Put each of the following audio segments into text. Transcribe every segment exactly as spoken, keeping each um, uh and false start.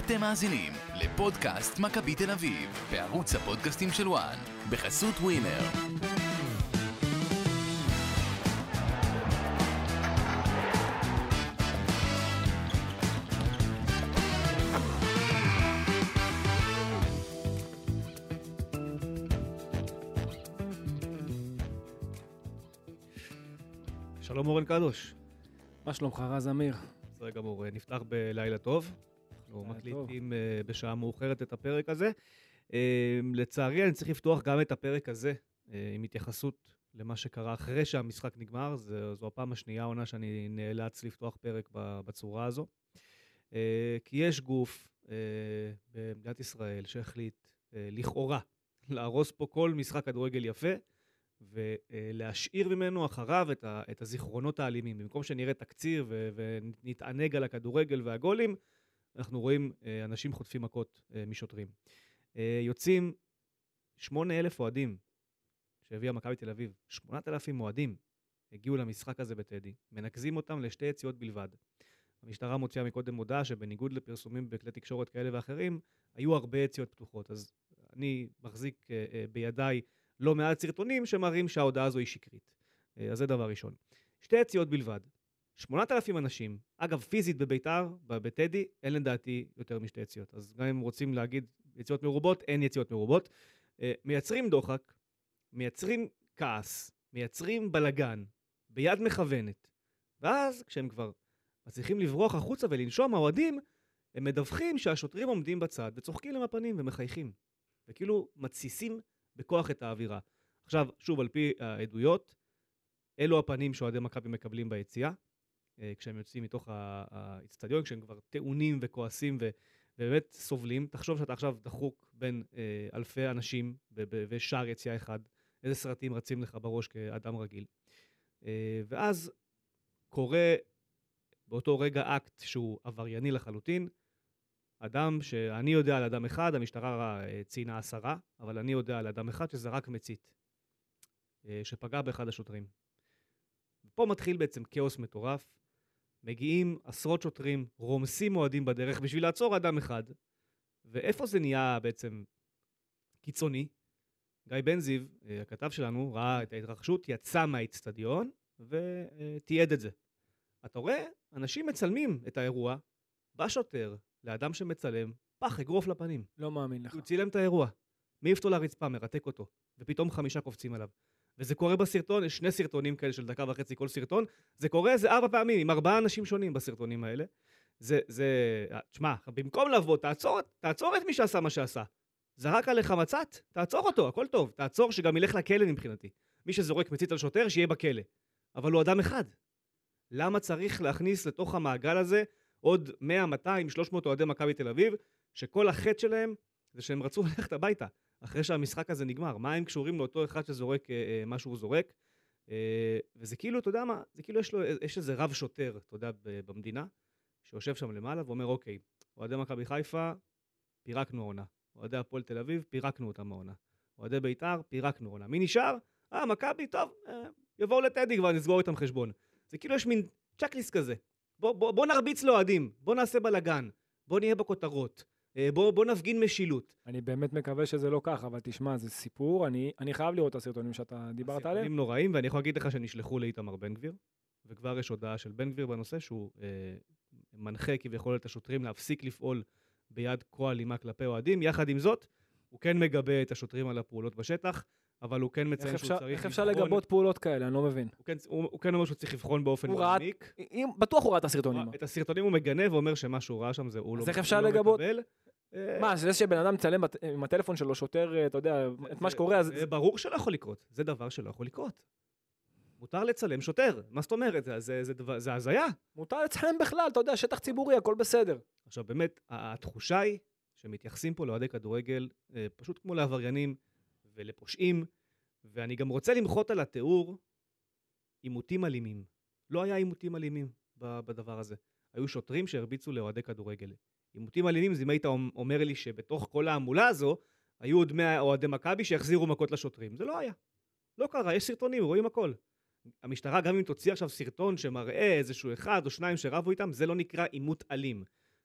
אתם מאזינים לפודקאסט מכבי תל אביב, בערוץ הפודקאסטים של וואן, בחסות ווינר. שלום אורן קדוש. מה שלומך רז אמיר? בסדר גמור, נפתח בלילה טוב. אנחנו מקליטים בשעה מאוחרת את הפרק הזה. לצערי אני צריך לפתוח גם את הפרק הזה עם התייחסות למה שקרה אחרי שהמשחק נגמר. זו הפעם השנייה העונה שאני נאלץ לפתוח פרק בצורה הזו. כי יש גוף במדינת ישראל שהחליט לכאורה להרוס פה כל משחק כדורגל יפה, ולהשאיר ממנו אחריו את, ה, את הזיכרונות האלימים. במקום שנראה תקציר ו, ונתענג על הכדורגל והגולים, אנחנו רואים אנשים חוטפים מכות משוטרים. יוצאים שמונה אלף אוהדים שהביאה מכבי תל אביב, שמונת אלפים אוהדים הגיעו למשחק הזה בטדי, מנקזים אותם לשתי יציאות בלבד. המשטרה מוציאה מקודם מודעה שבניגוד לפרסומים בכלי תקשורת כאלה ואחרים, היו הרבה יציאות פתוחות. אז אני מחזיק בידיי לא מעט סרטונים שמראים שההודעה הזו היא שקרית. אז זה דבר ראשון. שתי יציאות בלבד. שמונת אלפים אנשים, אגב פיזית בביתר, בטדי, אין לדעתי יותר משתי יציאות. אז גם אם רוצים להגיד יציאות מרובות, אין יציאות מרובות. מייצרים דוחק, מייצרים כעס, מייצרים בלגן, ביד מכוונת. ואז כשהם כבר מצליחים לברוח החוצה ולנשום האוהדים, הם מדווחים שהשוטרים עומדים בצד וצוחקים להם הפנים ומחייכים. וכאילו מתסיסים בכוח את האווירה. עכשיו, שוב, על פי העדויות, אלו הפנים שאוהדי מכבי מקבלים ביציאה, כשהם יוצאים מתוך האצטדיון, כשהם כבר טעונים וכועסים ובאמת סובלים. תחשוב שאתה עכשיו דחוק בין אלפי אנשים ושער יציאה אחד, איזה סרטים רצים לך בראש כאדם רגיל. ואז קורה באותו רגע אקט שהוא עברייני לחלוטין, אדם שאני יודע על אדם אחד, המשטרה ציינה עשרה, אבל אני יודע על אדם אחד שזרק מצית, שפגע באחד השוטרים. פה מתחיל בעצם כאוס מטורף, מגיעים עשרות שוטרים, רומסים אוהדים בדרך בשביל לעצור אדם אחד, ואיפה זה נהיה בעצם קיצוני? גיא בן זיו, הכתב שלנו, ראה את ההתרחשות, יצא מהאצטדיון ותיעד את זה. אתה רואה, אנשים מצלמים את האירוע, בשוטר, לאדם שמצלם, פח, אגרוף לפנים. לא מאמין לך. הוא צילם את האירוע, מעיף אותו לרצפה, מרתק אותו, ופתאום חמישה קופצים עליו. וזה קורה בסרטון, יש שני סרטונים כאלה של דקה וחצי כל סרטון, זה קורה איזה ארבע פעמים, עם ארבעה אנשים שונים בסרטונים האלה. זה, זה, תשמע, במקום לבוא, תעצור, תעצור את מי שעשה מה שעשה. זרק עליך מצת, תעצור אותו, הכל טוב. תעצור שגם ילך לכלא מבחינתי. מי שזורק מצית על שוטר, שיהיה בכלא. אבל הוא אדם אחד. למה צריך להכניס לתוך המעגל הזה עוד מאה, מאתיים, שלוש מאות אוהדי מכבי תל אביב, שכל החטא שלהם זה שהם רצו ללכת הביתה, אחרי שהמשחק הזה נגמר. מה הם קשורים לאותו אחד שזורק אה, מה שהוא זורק? אה, וזה כאילו, אתה יודע מה, זה כאילו יש לו, יש איזה רב שוטר, אתה יודע, במדינה, שיושב שם למעלה ואומר, אוקיי, אוהדי מכבי חיפה, פירקנו העונה. אוהדי הפועל תל אביב, פירקנו אותם העונה. אוהדי ביתר, פירקנו העונה. מי נשאר? אה, מכבי, טוב, אה, יבואו לטדי כבר, נסגור איתם חשבון. זה כאילו יש מין צ'קליסט כזה. בוא, בוא, בוא נרביץ לאוהדים, בוא נעשה בלגן, בוא נהיה בכותרות, בוא, בוא נפגין משילות. אני באמת מקווה שזה לא כך, אבל תשמע, זה סיפור, אני, אני חייב לראות את הסרטונים שאתה דיברת עליהם. הסרטונים נוראים, ואני יכול להגיד לך שנשלחו לאיתמר בן גביר, וכבר יש הודעה של בן גביר בנושא, שהוא אה, מנחה כביכול את השוטרים להפסיק לפעול ביד כה אלימה כלפי אוהדים. יחד עם זאת, הוא כן מגבה את השוטרים על הפעולות בשטח, אבל הוא כן מציין שהוא צריך לבחון... איך אפשר לגבות פעולות כאלה? אני לא מבין. הוא כן, הוא, הוא כן אומר שהוא צריך לבחון באופן מעמיק. בטוח הוא ראה את הסרטונים. את הסרטונים הוא מגנה ואומר שמה שהוא ראה שם זה הוא לא, אז איך אפשר לגבות? מה, זה שבן אדם מצלם עם הטלפון שלו שוטר, אתה יודע, את מה שקורה... זה ברור שלא יכול לקרות. זה דבר שלא יכול לקרות. מותר לצלם שוטר. מה זאת אומרת? זה הזיה. מותר לצלם בכלל, אתה יודע, שטח ציבורי, הכל בסדר. עכשיו באמת, התחושה היא שמתייחסים פה לאוהדי כדורגל, פשוט כמו לעבריינים ולפושעים, ואני גם רוצה למחות על התיאור עימותים אלימים. לא היה עימותים אלימים בדבר הזה. היו שוטרים שהרביצו לאוהדי כדורגל. עימותים אלימים, זה אם היית אומר לי שבתוך כל העמולה הזו, היו עוד מאה אוהדי מכבי שהחזירו מכות לשוטרים. זה לא היה. לא קרה, יש סרטונים, רואים הכל. המשטרה גם אם תוציא עכשיו סרטון שמראה איזשהו אחד או שניים שרבו איתם, זה לא נקרא עימות אלים.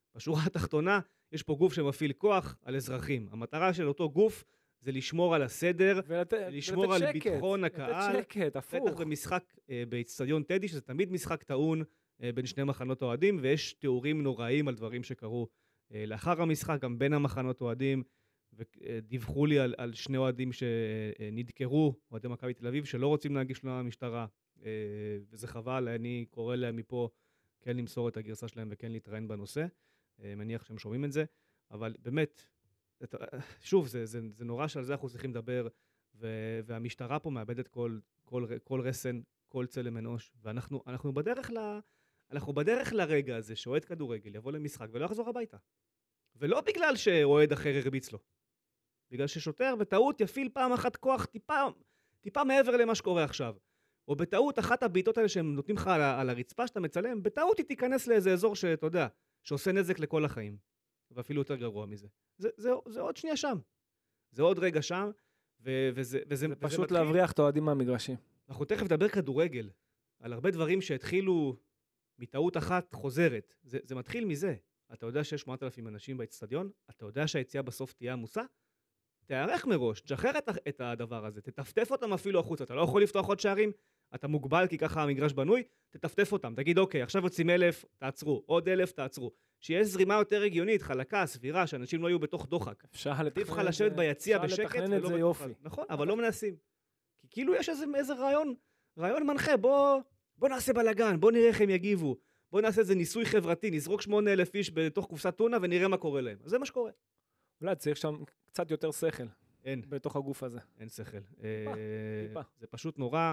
בשורה התחתונה, יש פה גוף שמפעיל כוח על אזרחים. המטרה של אותו גוף זה לשמור על הסדר, ולת... לשמור על שקט, ביטחון הקהל. לתת שקט, הפוך. בטח במשחק אה, באצטדיון טדי, שזה תמיד משחק טעון אה, בין שני מחנות אוהדים, ויש תיאורים נוראים על דברים שקרו אה, לאחר המשחק, גם בין המחנות אוהדים, ודיווחו לי על, על שני אוהדים שנדקרו, אוהדי מכבי תל אביב, שלא רוצים להגיש לו למשטרה, אה, וזה חבל, אני קורא להם מפה כן למסור את הגרסה שלהם וכן להתראיין בנושא, אה, מניח שהם שומעים את זה, אבל באמת, שוב, זה, זה, זה נורא שעל זה אנחנו צריכים לדבר, ו, והמשטרה פה מאבדת כל, כל, כל רסן, כל צלם אנוש, ואנחנו אנחנו בדרך, ל, אנחנו בדרך לרגע הזה, שאוהד כדורגל יבוא למשחק ולא יחזור הביתה. ולא בגלל שאוהד אחר הרביץ לו, בגלל ששוטר בטעות יפעיל פעם אחת כוח טיפה, טיפה מעבר למה שקורה עכשיו. או בטעות אחת הבעיטות האלה שהם נותנים לך על, על הרצפה שאתה מצלם, בטעות היא תיכנס לאיזה אזור שאתה יודע, שעושה נזק לכל החיים. ואפילו יותר גרוע מזה. זה, זה, זה עוד שנייה שם. זה עוד רגע שם, ו, וזה, וזה, זה וזה פשוט מתחיל... להבריח את האוהדים מהמגרשים. אנחנו תכף נדבר כדורגל, על הרבה דברים שהתחילו מטעות אחת חוזרת. זה, זה מתחיל מזה. אתה יודע שיש שמונת אלפים אנשים באצטדיון, אתה יודע שהיציאה בסוף תהיה עמוסה, תערך מראש, תשחרר את, את הדבר הזה, תטפטף אותם אפילו החוצה, אתה לא יכול לפתוח עוד שערים, אתה מוגבל כי ככה המגרש בנוי, תטפטף אותם, תגיד אוקיי, עכשיו יוצאים אלף, תעצרו, עוד אלף, תעצרו. שיש זרימה יותר הגיונית, חלקה, סבירה, שאנשים לא יהיו בתוך דוחק. אפשר לתכנן לך לשבת ביציע בשקט, אפשר לתכנן את זה יופי. נכון, אבל לא מנסים. כי כאילו יש איזה, איזה רעיון, רעיון מנחה, בוא, בוא נעשה בלגן, בוא נראה איך הם יגיבו, בוא נעשה איזה ניסוי חברתי, נזרוק שמונה אלף איש בתוך קופסת טונה ונראה מה קורה להם. אז זה מה שקורה. אולי צריך שם קצת יותר שכל. אין. בתוך הגוף הזה. אין שכל. טיפה, טיפה. זה פשוט נורא,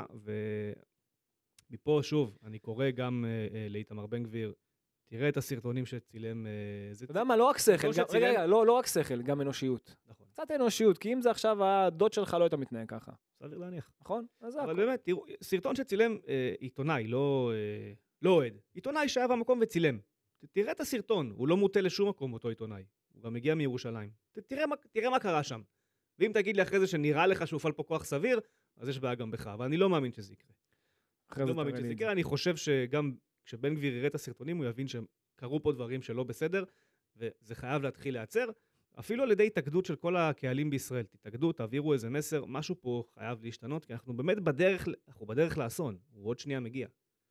ומפה שוב, אני קורא גם לאיתמר בן גביר, תראה את הסרטונים שצילם... אתה יודע מה, לא רק שכל, רגע, רגע, לא רק שכל, גם אנושיות. נכון. קצת אנושיות, כי אם זה עכשיו הדוד שלך לא היית מתנהג ככה. סביר להניח. נכון? אבל באמת, תראו, סרטון שצילם עיתונאי, לא אוהד. עיתונאי שהיה במקום וצילם. תראה את הסרטון, הוא לא מוטה לשום מקום, אותו עיתונאי. הוא גם מגיע מירושלים. תראה מה קרה שם. ואם תגיד לי אחרי זה שנראה לך שהופעל פה כוח סביר, אז יש בעיה גם בך, אבל אני לא מאמין שזה יקרה. אני לא מאמין שזה יקרה, אני חושב שגם כשבן גביר יראה את הסרטונים, הוא יבין שקרו פה דברים שלא בסדר, וזה חייב להתחיל להיעצר, אפילו על ידי התאגדות של כל הקהלים בישראל. תתאגדו, תעבירו איזה מסר, משהו פה חייב להשתנות, כי אנחנו באמת בדרך, אנחנו בדרך לאסון, הוא עוד שנייה מגיע.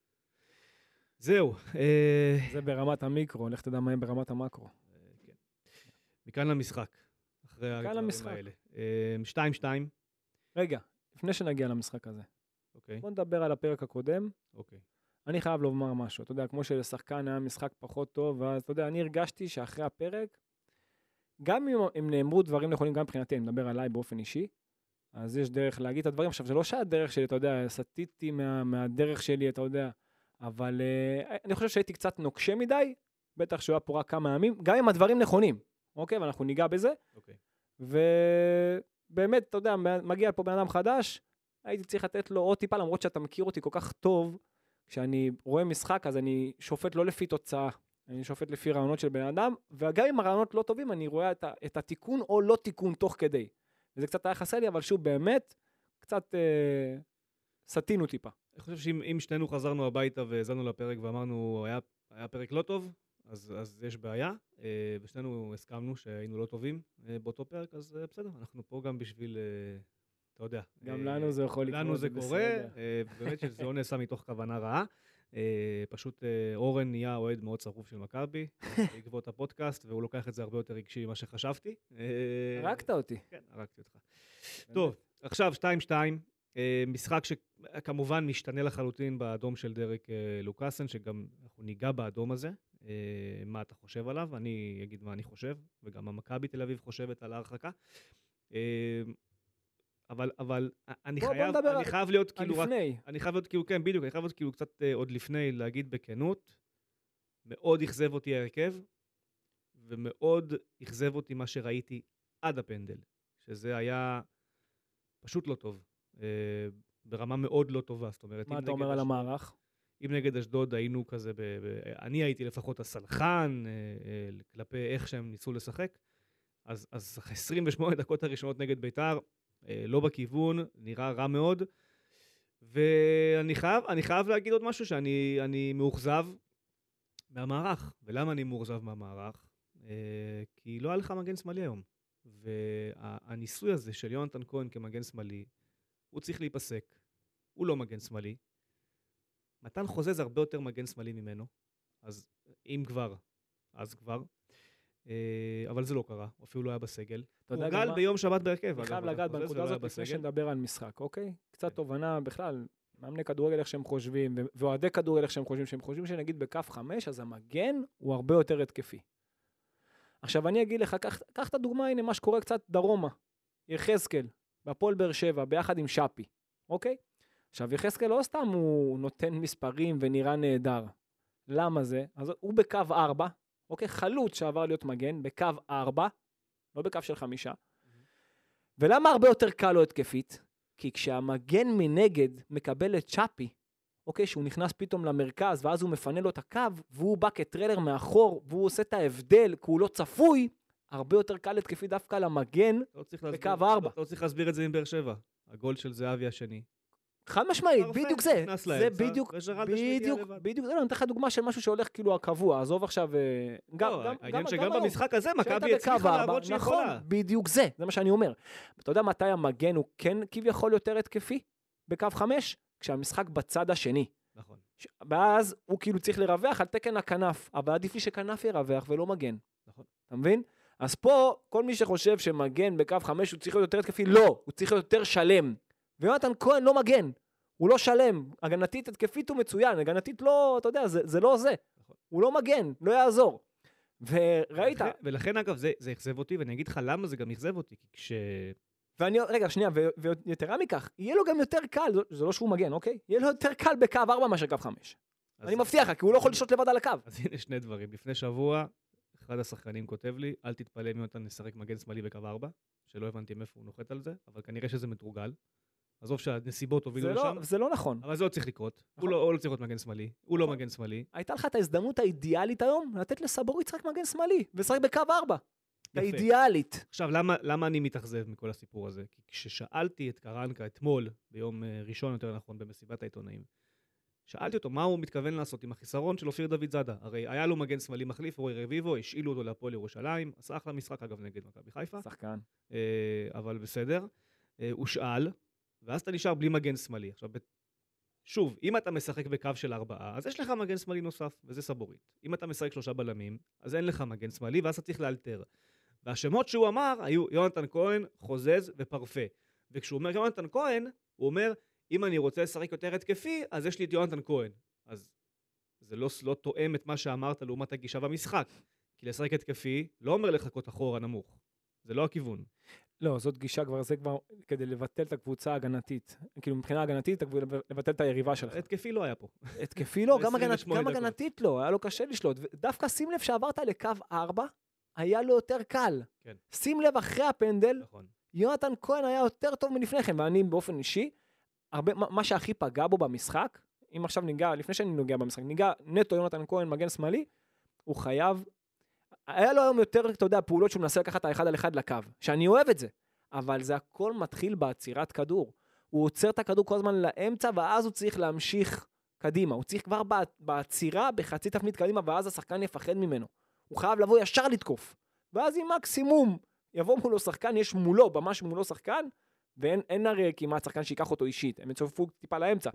זהו. זה ברמת המיקרו, לך תדע מה ברמת המקרו. כן. מכאן למשחק. אחרי הדברים האלה. שתיים שתיים. רגע, לפני שנגיע למשחק הזה. אוקיי. בוא נדבר על הפרק הקודם. אוקיי. אני חייב לומר משהו. אתה יודע, כמו שלשחקן היה משחק פחות טוב, ואז אתה יודע, אני הרגשתי שאחרי הפרק, גם אם הם נאמרו דברים נכונים, גם מבחינתי, אני מדבר עליי באופן אישי, אז יש דרך להגיד את הדברים. עכשיו, זה לא שהדרך שלי, אתה יודע, סטיתי מה, מהדרך שלי, אתה יודע, אבל uh, אני חושב שהייתי קצת נוקשה מדי, בטח שהוא היה פה רק כמה ימים, גם אם הדברים נכונים. אוקיי, ואנחנו ניגע בזה. אוקיי. ובאמת, אתה יודע, מגיע פה בן אדם חדש, הייתי צריך לתת לו עוד טיפה, למרות שאתה מכיר אותי כל כך טוב, כשאני רואה משחק, אז אני שופט לא לפי תוצאה, אני שופט לפי רעיונות של בן אדם, וגם אם הרעיונות לא טובים, אני רואה את, את התיקון או לא תיקון תוך כדי. וזה קצת היה חסר לי, אבל שוב, באמת, קצת אה, סתינו טיפה. אני חושב שאם שנינו חזרנו הביתה והזנו לפרק ואמרנו, היה, היה פרק לא טוב, אז, אז יש בעיה, ושנינו הסכמנו שהיינו לא טובים באותו פרק, אז בסדר, אנחנו פה גם בשביל, אתה יודע. גם לנו זה יכול לקרות. לנו זה קורה, באמת שזה לא נעשה מתוך כוונה רעה. פשוט אורן נהיה אוהד מאוד צרוף של מכבי, בעקבות הפודקאסט, והוא לוקח את זה הרבה יותר רגשי ממה שחשבתי. הרגת אותי. כן, הרגתי אותך. טוב, עכשיו שתיים שתיים, משחק שכמובן משתנה לחלוטין באדום של דרק לוקאסן, שגם אנחנו ניגע באדום הזה. מה אתה חושב עליו, אני אגיד מה אני חושב, וגם המכבי תל אביב חושבת על ההרחקה. אבל, אבל אני חייב, אני חייב להיות כאילו רק, אני חייב להיות כאילו, כן, בדיוק, אני חייב להיות כאילו קצת עוד לפני להגיד בכנות, מאוד אכזב אותי ההרכב, ומאוד אכזב אותי מה שראיתי עד הפנדל, שזה היה פשוט לא טוב, ברמה מאוד לא טובה, זאת אומרת, מה אתה אומר על המערך? אם נגד אשדוד היינו כזה, ב, ב, אני הייתי לפחות הסלחן, כלפי איך שהם ניסו לשחק, אז, אז עשרים ושמונה דקות הראשונות נגד ביתר, לא בכיוון, נראה רע מאוד, ואני חייב, אני חייב להגיד עוד משהו שאני אני מאוכזב, מהמערך. ולמה אני מאוכזב מהמערך? אה, כי לא היה לך מגן שמאלי היום. והניסוי הזה של יונתן כהן כמגן שמאלי, הוא צריך להיפסק. הוא לא מגן שמאלי. מתן חוזז הרבה יותר מגן שמאלי ממנו. אז אם כבר, אז כבר. אבל זה לא קרה, הוא אפילו לא היה בסגל. הוא גל ביום שבת בהרכב. אני חייב לגעת בנקודה הזאת לפני שנדבר על משחק, אוקיי? קצת תובנה בכלל, מאמני כדורגל איך שהם חושבים, ואוהדי כדורגל איך שהם חושבים, שהם חושבים שנגיד בכף חמש, אז המגן הוא הרבה יותר התקפי. עכשיו אני אגיד לך, קח את הדוגמה, הנה מה שקורה קצת דרומה. יחזקאל, בהפועל באר שבע, ביחד עם שפי, אוקיי? עכשיו יחזקאל לא סתם הוא נותן מספרים ונראה נהדר. למה זה? אז הוא בקו ארבע, אוקיי? חלוץ שעבר להיות מגן, בקו ארבע, לא בקו של חמישה. ולמה הרבה יותר קל לו התקפית? כי כשהמגן מנגד מקבל את שפי, אוקיי, שהוא נכנס פתאום למרכז, ואז הוא מפנה לו את הקו, והוא בא כטרלר מאחור, והוא עושה את ההבדל, כי הוא לא צפוי, הרבה יותר קל התקפית דווקא למגן, בקו ארבע. אתה צריך להסביר את זה עם באר שבע. הגול של זהבי השני. חד משמעית, בדיוק זה. זה בדיוק, בדיוק, בדיוק, זה לא, נתן לך דוגמה של משהו שהולך כאילו הקבוע, עזוב עכשיו, העניין שגם במשחק הזה, מכבי הצליחה לעבוד שהיא יכולה. נכון, בדיוק זה, זה מה שאני אומר. אתה יודע מתי המגן הוא כן כביכול יותר התקפי? בקו חמש, כשהמשחק בצד השני. נכון. ואז הוא כאילו צריך לרווח על תקן הכנף, אבל עדיף לי שכנף ירווח ולא מגן. נכון. אתה מבין? אז פה, כל מי שחושב שמגן בקו חמש הוא צריך להיות יותר התקפי, לא, הוא צריך להיות יותר שלם. ויונתן כהן לא מגן, הוא לא שלם, הגנתית התקפית הוא מצוין, הגנתית לא, אתה יודע, זה, זה לא זה, נכון. הוא לא מגן, לא יעזור. וראית... ולכן, ולכן אגב, זה, זה יחזב אותי, ואני אגיד לך למה זה גם יחזב אותי, כי כש... ואני, רגע, שנייה, ויתרה מכך, יהיה לו גם יותר קל, זה לא שהוא מגן, אוקיי? יהיה לו יותר קל בקו ארבע מאשר קו חמש. אני מבטיח לך, כי הוא לא יכול לשלוט לבד על הקו. אז הנה שני דברים. לפני שבוע, אחד השחקנים כותב לי, אל תתפלא מי אותן לשחק מגן שמאלי בקו ארבע, שלא הבנתי מאיפה הוא נוחת על זה, אבל כנראה שזה מתורגל. עזוב שהנסיבות הובילו לשם. זה לא נכון. אבל זה לא צריך לקרות. הוא לא צריך להיות מגן שמאלי. הוא לא מגן שמאלי. הייתה לך את ההזדמנות האידיאלית היום, לתת לסבורית שחק מגן שמאלי, ושחק בקו ארבע. האידיאלית. עכשיו, למה, למה אני מתאכזב מכל הסיפור הזה? כי כששאלתי את קרנקה אתמול, ביום ראשון יותר נכון, במסיבת העיתונאים, שאלתי אותו מה הוא מתכוון לעשות עם החיסרון של אופיר דוד זאדה. הרי היה לו מגן שמאלי מחליף, רועי רביבו, השאילו אותו להפועל ירושלים, עשה אחלה משחק אגב נגד מכבי חיפה. שחקן. אה, אבל בסדר. אה, הוא שאל, ואז אתה נשאר בלי מגן שמאלי. עכשיו, שוב, אם אתה משחק בקו של ארבעה, אז יש לך מגן שמאלי נוסף, וזה סבורית. אם אתה משחק שלושה בלמים, אז אין לך מגן שמאלי, ואז אתה צריך לאלתר. והשמות שהוא אמר היו יונתן כהן, חוזז ופרפה. וכשהוא אומר יונתן כהן, הוא אומר, אם אני רוצה לשחק יותר התקפי, אז יש לי את יונתן כהן. אז זה לא, לא תואם את מה שאמרת לעומת הגישה במשחק. כי לשחק התקפי לא אומר לחכות אחורה נמוך. זה לא הכיוון. לא, זאת גישה כבר, זה כבר כדי לבטל את הקבוצה ההגנתית. כאילו מבחינה הגנתית, לבטל את היריבה שלך. התקפי לא היה פה. התקפי לא, גם, הגנת, גם הגנתית לא, היה לו קשה לשלוט. דווקא שים לב שעברת לקו ארבע, היה לו יותר קל. כן. שים לב אחרי הפנדל, נכון. יונתן כהן היה יותר טוב מלפני כן, ואני באופן אישי, הרבה, מה שהכי פגע בו במשחק, אם עכשיו ניגע, לפני שאני נוגע במשחק, ניגע נטו יונתן כהן מגן שמאלי, הוא חייב, היה לו היום יותר, אתה יודע, פעולות שהוא מנסה לקחת האחד על אחד לקו, שאני אוהב את זה, אבל זה הכל מתחיל בעצירת כדור. הוא עוצר את הכדור כל הזמן לאמצע, ואז הוא צריך להמשיך קדימה. הוא צריך כבר בעצירה, בחצי תפנית קדימה, ואז השחקן יפחד ממנו. הוא חייב לבוא ישר לתקוף. ואז אם מקסימום יבוא מולו שחקן, יש מולו, ממש מולו שחקן, ואין הרי כמעט שחקן שיקח אותו אישית. הם יצופו טיפה לאמצע.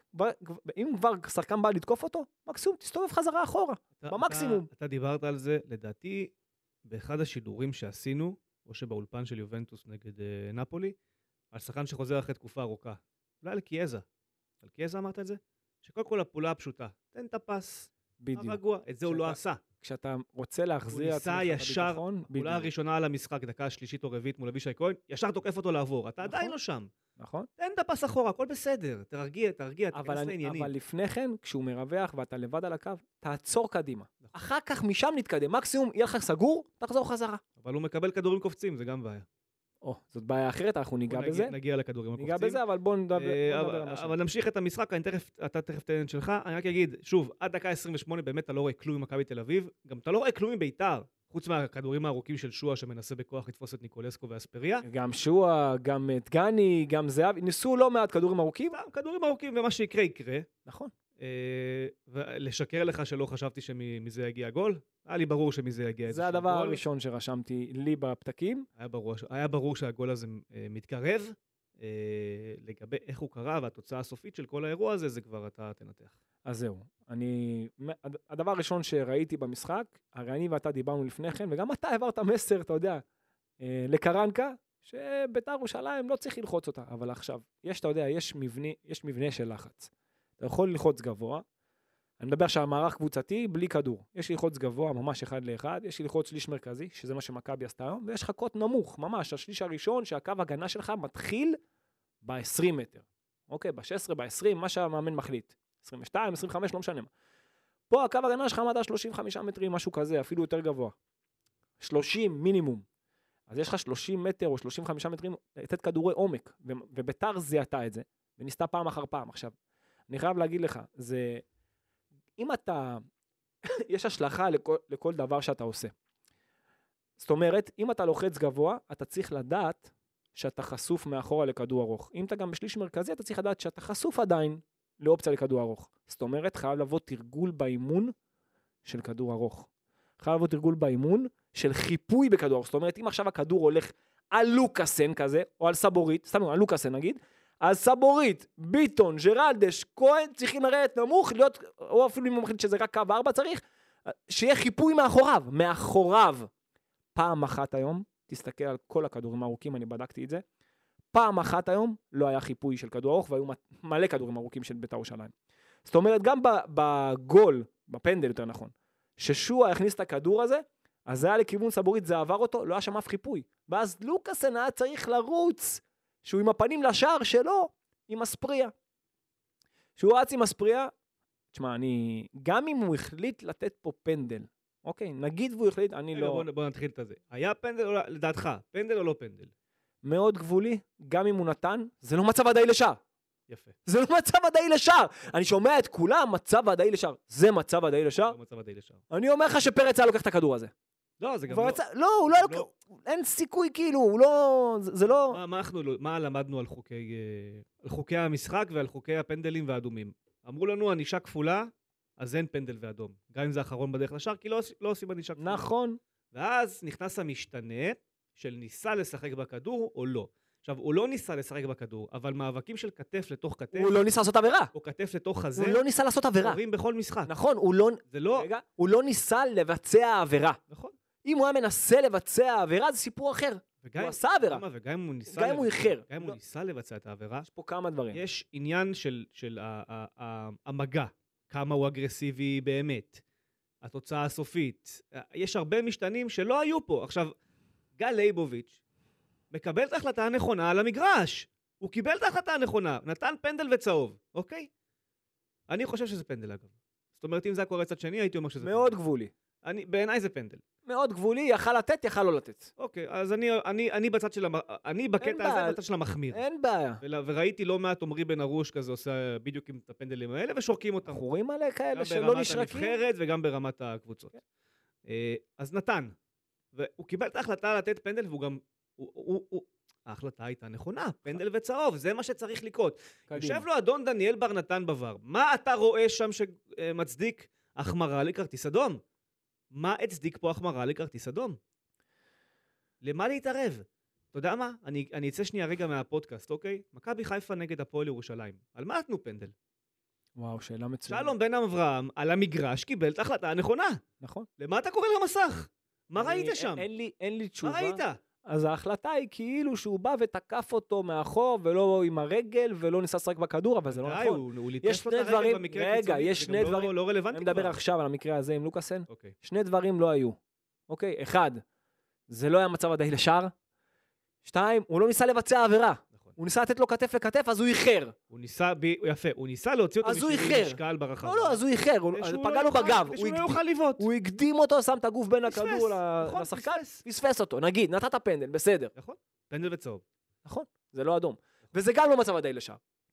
אם כבר שחקן בא לתקוף אותו, מקסימום תסתובב חזרה אחורה. במקסימום. אתה דיברת על זה, לדעתי, באחד השידורים שעשינו, או שבאולפן של יובנטוס נגד נפולי, על שחקן שחוזר אחרי תקופה ארוכה. אולי על קיאזה. על קיאזה אמרת את זה? שקודם כל הפעולה הפשוטה. תן את הפס. בדיוק. הרגוע. את זה הוא לא עשה. כשאתה רוצה להחזיר... הוא ניסה ישר, הפעולה הראשונה על המשחק, דקה שלישית או רביעית מול אבישי כהן, ישר תוקף אותו לעבור. אתה עדיין לא שם. נכון. תן את הפס אחורה, הכל בסדר. תרגיע, תרגיע, תכנס לעניינים. אבל לפני כן, כשהוא מרווח ואתה לבד על הקו, תעצור קדימה. אחר כך משם נתקדם. מקסימום יהיה לך סגור, תחזור חזרה. אבל הוא מקבל כדורים קופצים, זה גם בעיה. או, זאת בעיה אחרת, אנחנו ניגע בזה. נגיע לכדורים הקופצים. ניגע בזה, אבל בואו נדבר על משהו. אבל נמשיך את המשחק, אתה תכף תהן שלך. אני רק אגיד, שוב, עד דקה עשרים ושמונה באמת אתה לא רואה כלום עם מכבי תל אביב. גם אתה לא רואה כלום עם ביתר. חוץ מהכדורים הארוכים של שואה שמנסה בכוח לתפוס את ניקולסקו ואספריה. גם שואה, גם דגני, גם זהב, ניסו לא מעט כדורים ארוכים. כדורים ארוכים, ומה שיקרה יקרה. נכון. ולשקר לך שלא חשבתי שמזה יגיע גול, היה לי ברור שמזה יגיע איזשהו זה גול. הדבר הראשון שרשמתי לי בפתקים. היה ברור, היה ברור שהגול הזה מתקרב, לגבי איך הוא קרה, והתוצאה הסופית של כל האירוע הזה, זה כבר אתה תנתח. אז זהו, אני, הדבר הראשון שראיתי במשחק, הרי אני ואתה דיברנו לפני כן, וגם אתה העברת מסר, אתה יודע, לקרנקה, שבית"ר ירושלים לא צריך ללחוץ אותה, אבל עכשיו, יש, אתה יודע, יש מבנה, יש מבנה של לחץ. אתה יכול ללחוץ גבוה, אני מדבר שהמערך קבוצתי בלי כדור. יש לי ללחוץ גבוה, ממש אחד לאחד, יש לי ללחוץ שליש מרכזי, שזה מה שמכבי עשתה היום, ויש לך קוט נמוך, ממש, השליש הראשון, שהקו הגנה שלך מתחיל ב-עשרים מטר. אוקיי, ב-שש עשרה, ב-עשרים, מה שהמאמן מחליט. עשרים ושתיים, עשרים וחמש, לא משנה מה. פה הקו הגנה שלך עמד על שלושים וחמישה מטרים, משהו כזה, אפילו יותר גבוה. שלושים מינימום. אז יש לך שלושים מטר או שלושים וחמישה מטרים, לתת כדורי עומק, ובית"ר זיהתה את זה, וניסתה פעם אחר פעם. עכשיו, אני חייב להגיד לך, זה, אם אתה, יש השלכה לכל, לכל דבר שאתה עושה. זאת אומרת, אם אתה לוחץ גבוה, אתה צריך לדעת שאתה חשוף מאחורה לכדור ארוך. אם אתה גם בשליש מרכזי, אתה צריך לדעת שאתה חשוף עדיין לאופציה לכדור ארוך. זאת אומרת, חייב לבוא תרגול באימון של כדור ארוך. חייב לבוא תרגול באימון של חיפוי בכדור ארוך. זאת אומרת, אם עכשיו הכדור הולך על לוקאסן כזה, או על סבורית, סתם על לוקאסן נגיד, אז סבורית, ביטון, ג'רלדש, כהן, צריכים לרדת נמוך, להיות, או אפילו אם הוא מחליט שזה רק קו ארבע צריך, שיהיה חיפוי מאחוריו, מאחוריו. פעם אחת היום, תסתכל על כל הכדורים הארוכים, אני בדקתי את זה, פעם אחת היום לא היה חיפוי של כדור ארוך, והיו מלא כדורים ארוכים של בית"ר ירושלים. זאת אומרת, גם בגול, בפנדל יותר נכון, ששועה הכניס את הכדור הזה, אז זה היה לכיוון סבורית, זה עבר אותו, לא היה שם אף חיפוי. ואז לוקאסן היה צריך לרוץ, שהוא עם הפנים לשער שלו, עם הספריה. שהוא רץ עם הספריה, תשמע, אני, גם אם הוא החליט לתת פה פנדל, אוקיי, נגיד והוא החליט, אני לא... בוא, בוא נתחיל את זה. היה פנדל, או, לדעתך, פנדל או לא פנדל? מאוד גבולי, גם אם הוא נתן, זה לא מצב ודאי לשער. יפה. זה לא מצב ודאי לשער. אני שומע את כולם, מצב ודאי לשער. זה מצב ודאי לשער? זה מצב ודאי לשער. אני אומר לך שפרץ היה לוקח את הכדור הזה. לא, זה גם לא... לא, הוא לא לוקח... אין סיכוי כאילו, הוא לא... זה לא... מה, מה, אנחנו, מה למדנו על חוקי, על חוקי המשחק ועל חוקי הפנדלים והאדומים? אמרו לנו, ענישה כפולה, אז אין פנדל ואדום. גם אם זה האחרון בדרך לשער, כי לא, לא עושים ענישה כפולה. נכון. ואז נכנס המשתנה של ניסה לשחק בכדור או לא. עכשיו, הוא לא ניסה לשחק בכדור, אבל מאבקים של כתף לתוך כתף... הוא לא ניסה לעשות עבירה. או כתף לתוך חזה... הוא לא ניסה לעשות עבירה. קורים בכל משחק. נכון, הוא לא... זה לא... רגע, הוא לא ניסה לבצע עבירה. נכון. אם הוא היה מנסה לבצע עבירה, זה סיפור אחר. הוא עשה עבירה. וגם אם הוא ניסה... גם אם הוא איחר. גם אם הוא ניסה לבצע את העבירה... יש פה כמה דברים. יש עניין של המגע. כמה הוא אגרסיבי באמת. התוצאה הסופית. יש הרבה משתנים שלא היו פה. עכשיו, גל לייבוביץ' מקבל את ההחלטה הנכונה על המגרש. הוא קיבל את ההחלטה הנכונה. נתן פנדל וצהוב. אוקיי? אני חושב שזה פנדל אגב. זאת אומרת, אם זה הקורה צד שני, הייתי אומר שזה מאוד פנדל. גבולי. אני, בעיניי זה פנדל. מאוד גבולי, יכל לתת, יכל לא לתת. אוקיי, אז אני, אני, אני בצד של, המ... אני בקטע הזה בצד של המחמיר. אין בעיה. ו... וראיתי לא מעט עומרי בן ארוש כזה עושה בדיוק עם את הפנדלים האלה, ושורקים אותם. אנחנו רואים עליה כאלה שלא נשרקים. נשרקים. גם ברמת הנבחרת וגם ברמת הקבוצות. Okay. אז נתן. והוא קיבל את ההחלטה לתת פנדל, והוא גם, הוא, הוא, הוא... ההחלטה הייתה נכונה, פנדל וצהוב, זה מה שצריך לקרות. יושב לו אדון דניאל בר נתן בבר. מה אתה רואה שם שמצדיק החמרה לכרטיס אדום? מה הצדיק פה החמרה לכרטיס אדום? למה להתערב? אתה יודע מה? אני, אני אצא שנייה רגע מהפודקאסט, אוקיי? מכבי חיפה נגד הפועל ירושלים. על מה נתנו פנדל? וואו, שאלה מצוינת. שלום בן אברהם על המגרש קיבל את ההחלטה הנכונה. נכון. למה אתה קורא למסך? מה אני, ראית שם? אין, אין, לי, אין לי תשובה. מה ראית? אז ההחלטה היא כאילו שהוא בא ותקף אותו מאחור, ולא עם הרגל, ולא ניסה לשחק בכדור, אבל זה לא נכון. הוא, הוא ליטף לו את הרגל במקרה רגע, יש שני דברים, לא, לא רלוונטי. אני מדבר עכשיו על המקרה הזה עם לוקאסן. אוקיי. שני דברים לא היו. אוקיי, אחד, זה לא היה מצב ודאי לשער. שתיים, הוא לא ניסה לבצע עבירה. נכון. הוא ניסה לתת לו כתף לכתף, אז הוא איחר. הוא ניסה, ב... יפה, הוא ניסה להוציא אותו משביל משקל ברחבה. לא, לא, אז הוא איחר, הוא פגע לו בגב. הוא לא יוכל לבעוט. הוא הקדים אותו, שם את הגוף בין הכדור לשחקן, פספס אותו. נגיד, נתת פנדל, בסדר. נכון, פנדל וצהוב. נכון, זה לא אדום. וזה גם לא מצב ודאי לשער.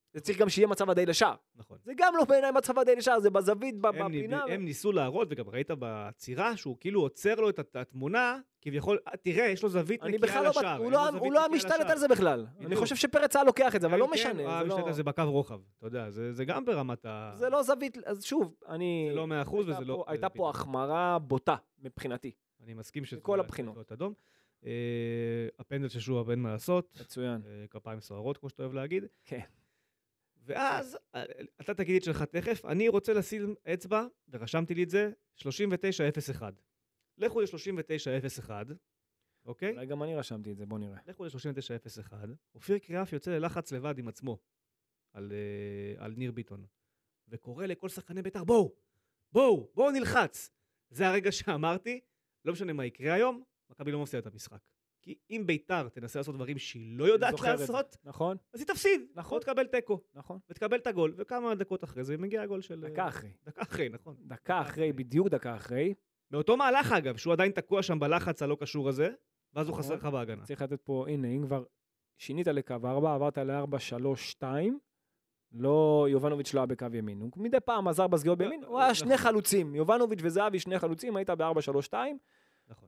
זה צריך גם שיהיה מצב עדי לשער. נכון. זה גם לא בעיניי מצב עדי לשער, זה בזווית, הם, בפינה. הם ניסו להראות, וגם ראית בצירה, שהוא כאילו עוצר לו את התמונה, כביכול, תראה, יש לו זווית נקייה לשער. הוא לא, הוא לא משתלט על זה בכלל. אני חושב שפרץ היה לוקח את זה, אבל לא משנה. הוא משתלט על זה בקו רוחב, אתה יודע, זה, זה גם ברמת ה... זה לא זווית, אז שוב, אני... זה לא מאה אחוז וזה לא... הייתה פה החמרה בוטה, מבחינתי. אני מסכים שזה... מכל הבחינות. אדום. הפנדל של שועה אין מה לעשות. מצוין. כפיים סוערות, כמו שאתה אוהב להגיד. כן. ואז, אתה תגיד את שלך תכף, אני רוצה לשים אצבע, ורשמתי לי את זה, שלושים ותשע אפס אחת. לכו ל-שלושים ותשע אפס אחת, אוקיי? אולי גם אני רשמתי את זה, בוא נראה. לכו ל-שלושים ותשע אפס אחת, אופיר קריאף יוצא ללחץ לבד עם עצמו, על, על ניר ביטון, וקורא לכל שחקני בית"ר, בואו, בואו, בואו נלחץ. זה הרגע שאמרתי, לא משנה מה יקרה היום, מכבי לא מפסידה את המשחק. כי אם ביתר תנסה לעשות דברים שהיא לא יודעת לעשות, נכון. אז היא תפסיד, נכון. או תקבל טקו. נכון. ותקבל את הגול, וכמה דקות אחרי זה מגיע הגול של... דקה אחרי. דקה אחרי, נכון. דקה אחרי, בדיוק דקה אחרי. מאותו מהלך אגב, שהוא עדיין תקוע שם בלחץ הלא קשור הזה, ואז הוא חסר לך בהגנה. צריך לתת פה, הנה, אם כבר שינית לקו ארבע, עברת ל-ארבע שלוש שתיים, לא, יובנוביץ' לא היה בקו ימין. הוא מדי פעם עזר בסגירות בימין, הוא היה שני חלוצים, יובנוביץ' וזהבי שני חלוצים, היית ב-ארבע שלוש שתיים. נכון.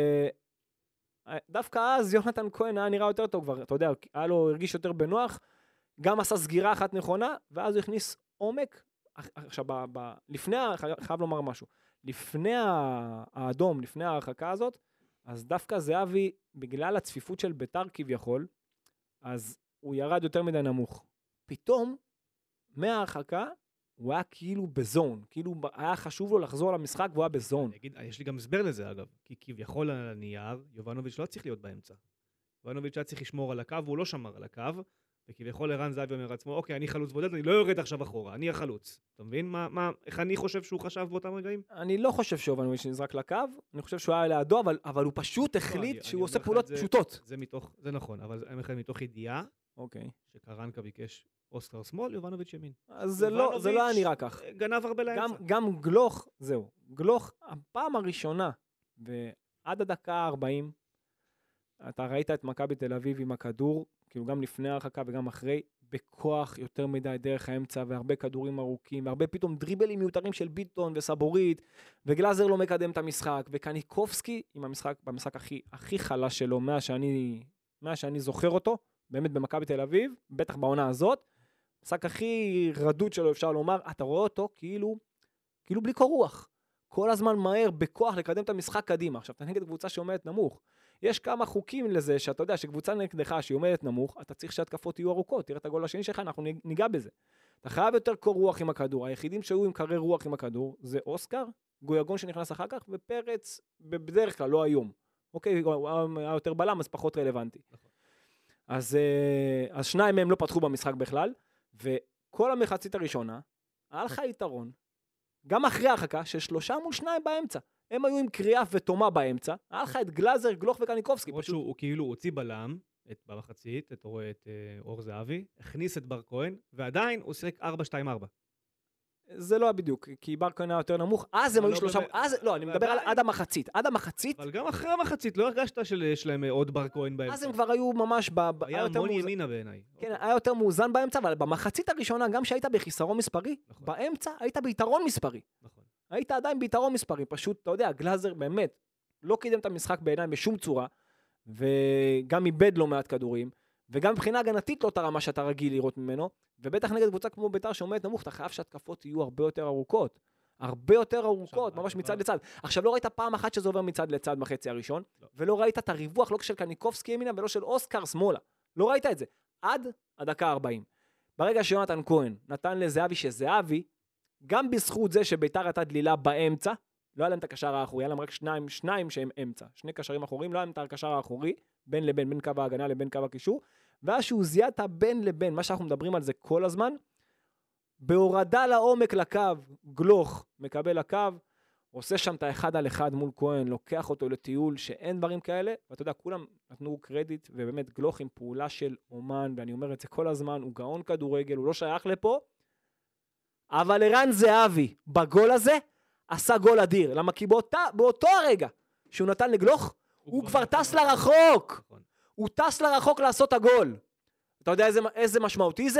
דווקא אז יונתן כהן היה נראה יותר טוב כבר, אתה יודע, היה לו, הרגיש יותר בנוח, גם עשה סגירה אחת נכונה, ואז הוא הכניס עומק, עכשיו, ב, ב, לפני, חייב לומר משהו, לפני האדום, לפני ההרחקה הזאת, אז דווקא זהבי, בגלל הצפיפות של ביתר כביכול, אז הוא ירד יותר מדי נמוך. פתאום, מההרחקה, הוא היה כאילו בזון, כאילו היה חשוב לו לחזור למשחק והוא היה בזון. אני אגיד, יש לי גם הסבר לזה אגב, כי כביכול על הנייר, יובנוביץ' לא צריך להיות באמצע. יובנוביץ' היה צריך לשמור על הקו, והוא לא שמר על הקו, וכביכול ערן זהבי אומר לעצמו, אוקיי, אני חלוץ בודד, אני לא יורד עכשיו אחורה, אני החלוץ. אתה מבין? מה, מה, איך אני חושב שהוא חשב באותם רגעים? אני לא חושב שיובנוביץ' נזרק לקו, אני חושב שהוא היה לידו, אבל, אבל הוא פשוט החליט לא, שהוא עושה פעולות זה, פשוטות. זה מתוך, זה נכון, אבל אני אומר מתוך ידיעה, אוקיי. שקרנקה ביקש אוסקר שמאל, יובנוביץ' ימין. אז זה לא, זה לא היה נראה כך. גנב הרבה לאמצע. גם, גם גלוך, זהו, גלוך, הפעם הראשונה, ועד הדקה ה-ארבעים, אתה ראית את מכבי תל אביב עם הכדור, כאילו גם לפני ההרחקה וגם אחרי, בכוח יותר מדי דרך האמצע, והרבה כדורים ארוכים, והרבה פתאום דריבלים מיותרים של ביטון וסבורית, וגלאזר לא מקדם את המשחק, וקניקובסקי עם המשחק, במשחק הכי, הכי חלש שלו, מה שאני, מה שאני זוכר אותו, באמת במכבי תל אביב, בטח בעונה הזאת, המשחק הכי רדוד שלו אפשר לומר, אתה רואה אותו כאילו, כאילו בלי קור רוח. כל הזמן מהר, בכוח, לקדם את המשחק קדימה. עכשיו, אתה נגד קבוצה שעומדת נמוך. יש כמה חוקים לזה, שאתה יודע, שקבוצה נגדך שהיא עומדת נמוך, אתה צריך שהתקפות יהיו ארוכות. תראה את הגול השני שלך, אנחנו ניגע בזה. אתה חייב יותר קור רוח עם הכדור. היחידים שהיו עם קרי רוח עם הכדור, זה אוסקר, גויגון שנכנס אחר כך, ופרץ בדרך כלל, לא היום. אוקיי, הוא היה יותר בלם, אז פחות רלוונטי. אז, אז שניים מהם לא פתחו במשחק בכלל, וכל המחצית הראשונה, היה לך יתרון, גם אחרי ההרחקה, ששלושה מול שניים באמצע. הם היו עם קריאף ותומה באמצע, היה לך את גלאזר, גלוך וקניקובסקי. פשוט הוא כאילו הוציא בלם, את במחצית, את אור זהבי, הכניס את בר כהן, ועדיין הוא שיחק ארבע שתיים ארבע. זה לא בדיוק, כי בר כהן היה יותר נמוך, אז הם היו שלושה, לא, אני מדבר עד המחצית, עד המחצית. אבל גם אחרי המחצית, לא הרגשת שיש להם עוד בר כהן באמצע. אז הם כבר היו ממש, היה המון ימינה בעיניי. כן, היה יותר מאוזן באמצע, אבל במחצית הראשונה, גם שהיית בחיסרון מספרי, באמצע היית ביתרון מספרי. נכון. היית עדיין ביתרון מספרי, פשוט, אתה יודע, גלאזר באמת לא קידם את המשחק בעיניים בשום צורה, וגם איבד לו מעט כדורים, וגם מבחינה הגנתית לא תראה מה שאתה רגיל לראות ממנו, ובטח נגד קבוצה כמו ביתר שעומדת נמוך, אתה חייב שהתקפות יהיו הרבה יותר ארוכות, הרבה יותר ארוכות, ממש מצד לצד. עכשיו לא ראית פעם אחת שזה עובר מצד לצד בחצי הראשון, ולא ראית את הריווח לא של קניקובסקי ימינה ולא של אוסקר שמאלה, לא ראית את זה, עד הדקה ארבעים. ברגע שיונתן כהן נתן לזהבי שזהבי, גם בזכות זה שביתר הייתה דלילה באמצע, לא היה להם את הקשר האחורי, היה להם רק שניים, שניים שהם אמצע, שני קשרים אחוריים, לא היה להם את הקשר האחורי, בין לבין, בין קו ההגנה לבין קו הקישור, ואז שהוא זיהה את הבין לבין, מה שאנחנו מדברים על זה כל הזמן, בהורדה לעומק לקו, גלוך מקבל לקו, עושה שם את האחד על אחד מול כהן, לוקח אותו לטיול שאין דברים כאלה, ואתה יודע, כולם נתנו קרדיט, ובאמת גלוך עם פעולה של אומן, ואני אומר את זה כל הזמן, הוא גאון כדורגל, הוא לא שייך לפה, אבל ערן זהבי, בגול הזה, עשה גול אדיר, למה כי באותה, באותו הרגע שהוא נתן לגלוך, הוא, הוא כבר טס לרחוק, נכון. הוא טס לרחוק לעשות הגול. אתה יודע איזה, איזה משמעותי זה?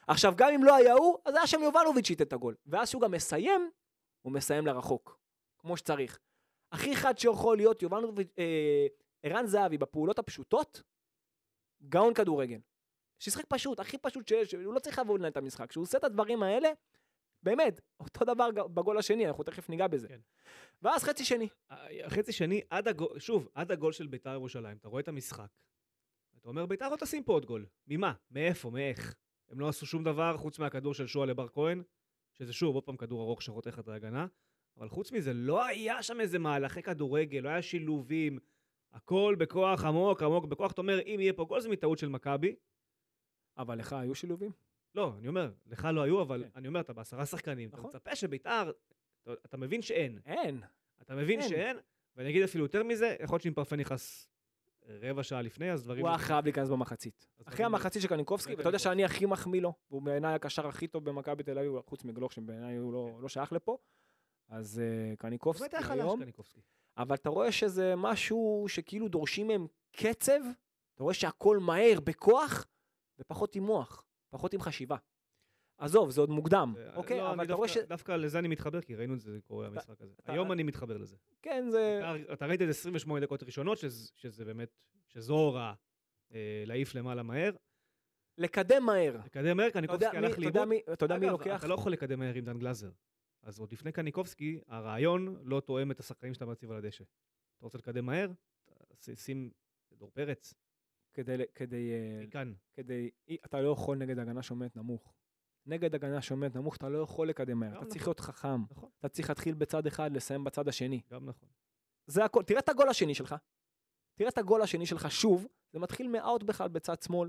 עכשיו, גם אם לא היה הוא, אז היה שם יובנוביץ' שייתן את הגול. ואז שהוא גם מסיים, הוא מסיים לרחוק, כמו שצריך. הכי חד שיכול להיות יובנוביץ', אה, ערן זהבי, בפעולות הפשוטות, גאון כדורגל. שישחק פשוט, הכי פשוט שיש, הוא לא צריך לבוא לנהל את המשחק. כשהוא עושה את הדברים האלה, באמת, אותו דבר בגול השני, אנחנו תכף ניגע בזה. כן. ואז חצי שני. חצי שני, עד הגול, שוב, עד הגול של בית"ר ירושלים, אתה רואה את המשחק. אתה אומר, בית"ר לא תשים פה עוד גול. ממה? מאיפה? מאיך? הם לא עשו שום דבר חוץ מהכדור של שועה לבר כהן, שזה שוב, עוד פעם כדור ארוך שחותך את ההגנה, אבל חוץ מזה, לא היה שם איזה מהלכי כדורגל, לא היה שילובים, הכל בכוח עמוק, עמוק, בכוח. אתה אומר, אם יהיה פה גול, זה מטעות של מכבי. אבל לך היו שילובים? לא, אני אומר, לך לא היו, אבל אני אומר, אתה בעשרה שחקנים, אתה מצפה שבית"ר, אתה מבין שאין. אין. אתה מבין שאין, ואני אגיד אפילו יותר מזה, יכול להיות שאם פרפה נכנס רבע שעה לפני, אז דברים... הוא היה חייב להיכנס במחצית. אחרי המחצית של קניקובסקי, ואתה יודע שאני הכי מחמיא לו, והוא בעיניי הקשר הכי טוב במכבי תל אביב, חוץ מגלוך, שבעיניי הוא לא שייך לפה, אז קניקובסקי היום. אבל אתה רואה שזה משהו שכאילו דורשים מהם קצב, אתה רואה שהכל מהר, בכוח, ופחות עם מוח, פחות עם חשיבה. עזוב, זה עוד מוקדם, אוקיי? אבל אתה רואה ש... דווקא לזה אני מתחבר, כי ראינו את זה קורה המשחק הזה. היום אני מתחבר לזה. כן, זה... אתה ראית את עשרים ושמונה דקות ראשונות, שזה באמת, שזו הוראה להעיף למעלה מהר. לקדם מהר. לקדם מהר, קניקובסקי הלך לאיבוד. אתה יודע מי לוקח? אגב, אתה לא יכול לקדם מהר עם דן גלזר. אז עוד לפני קניקובסקי, הרעיון לא תואם את השחקנים שאתה מציב על הדשא. אתה רוצה לקדם מהר? שים דור פרץ. כדי, כדי, כאן. כדי, אתה לא יכול נגד הגנה שעומדת נמוך. נגד הגנה שעומדת נמוך, אתה לא יכול לקדם מהר. אתה נכון. צריך להיות חכם. נכון. אתה צריך להתחיל בצד אחד, לסיים בצד השני. גם נכון. זה הכל. תראה את הגול השני שלך. תראה את הגול השני שלך שוב. זה מתחיל מאוט בכלל בצד שמאל.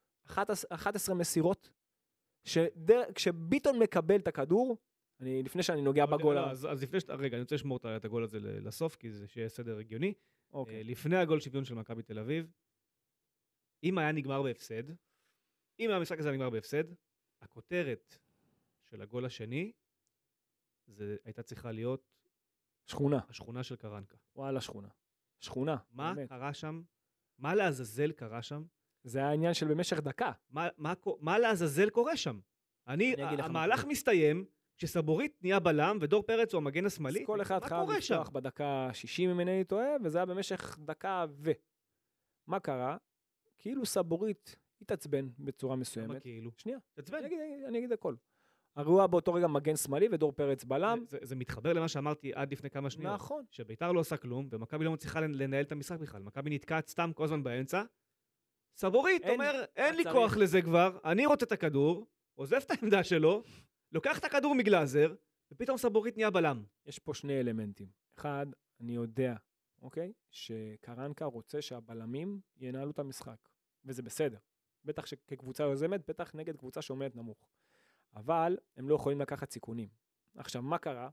אחת עשרה מסירות. שדר, כשביטון מקבל את הכדור, אני, לפני שאני נוגע בגול... אז, אז לפני ש... רגע, אני רוצה לשמור את הגול הזה לסוף, כי זה שיהיה סדר הגיוני. אוקיי. לפני הגול שוויון של מכבי תל אביב, אם היה נגמר בהפסד, אם המשחק הזה נגמר בהפסד, הכותרת של הגול השני, זה הייתה צריכה להיות... שכונה. השכונה של קרנקה. וואלה, שכונה. שכונה. מה באמת. קרה שם? מה לעזאזל קרה שם? זה היה העניין של במשך דקה. מה, מה, מה לעזאזל קורה שם? אני, אני המהלך מסתיים, כשסבורית נהיה בלם, ודור פרץ הוא המגן השמאלי. אז כל אחד חייב לפתוח בדקה שישים אם אינני טועה, וזה היה במשך דקה ו... מה קרה? כאילו סבורית התעצבן בצורה מסוימת. למה כאילו? שנייה. התעצבן? אני אגיד, אני אגיד הכל. הראויה באותו רגע מגן שמאלי ודור פרץ בלם. זה, זה, זה מתחבר למה שאמרתי עד לפני כמה שניות. נכון. שביתר לא עושה כלום, ומכבי לא מצליחה לנהל את המשחק בכלל. מכבי נתקעת סתם כל הזמן באמצע. סבורית אומר, אין לי כוח לזה כבר, אני רוצה את הכדור, עוזב את העמדה שלו, לוקח את הכדור מגלאזר, ופתאום סבורית נהיה בלם. יש פה שני אלמנטים. אחד, אני יודע, אוקיי? שקרנקה רוצה שהבלמים ינהלו את המשחק. וזה בסדר. בטח שכקבוצה יוזמת, בטח נגד קבוצה שעומדת נמוך. אבל הם לא יכולים לקחת סיכונים. עכשיו, מה קרה?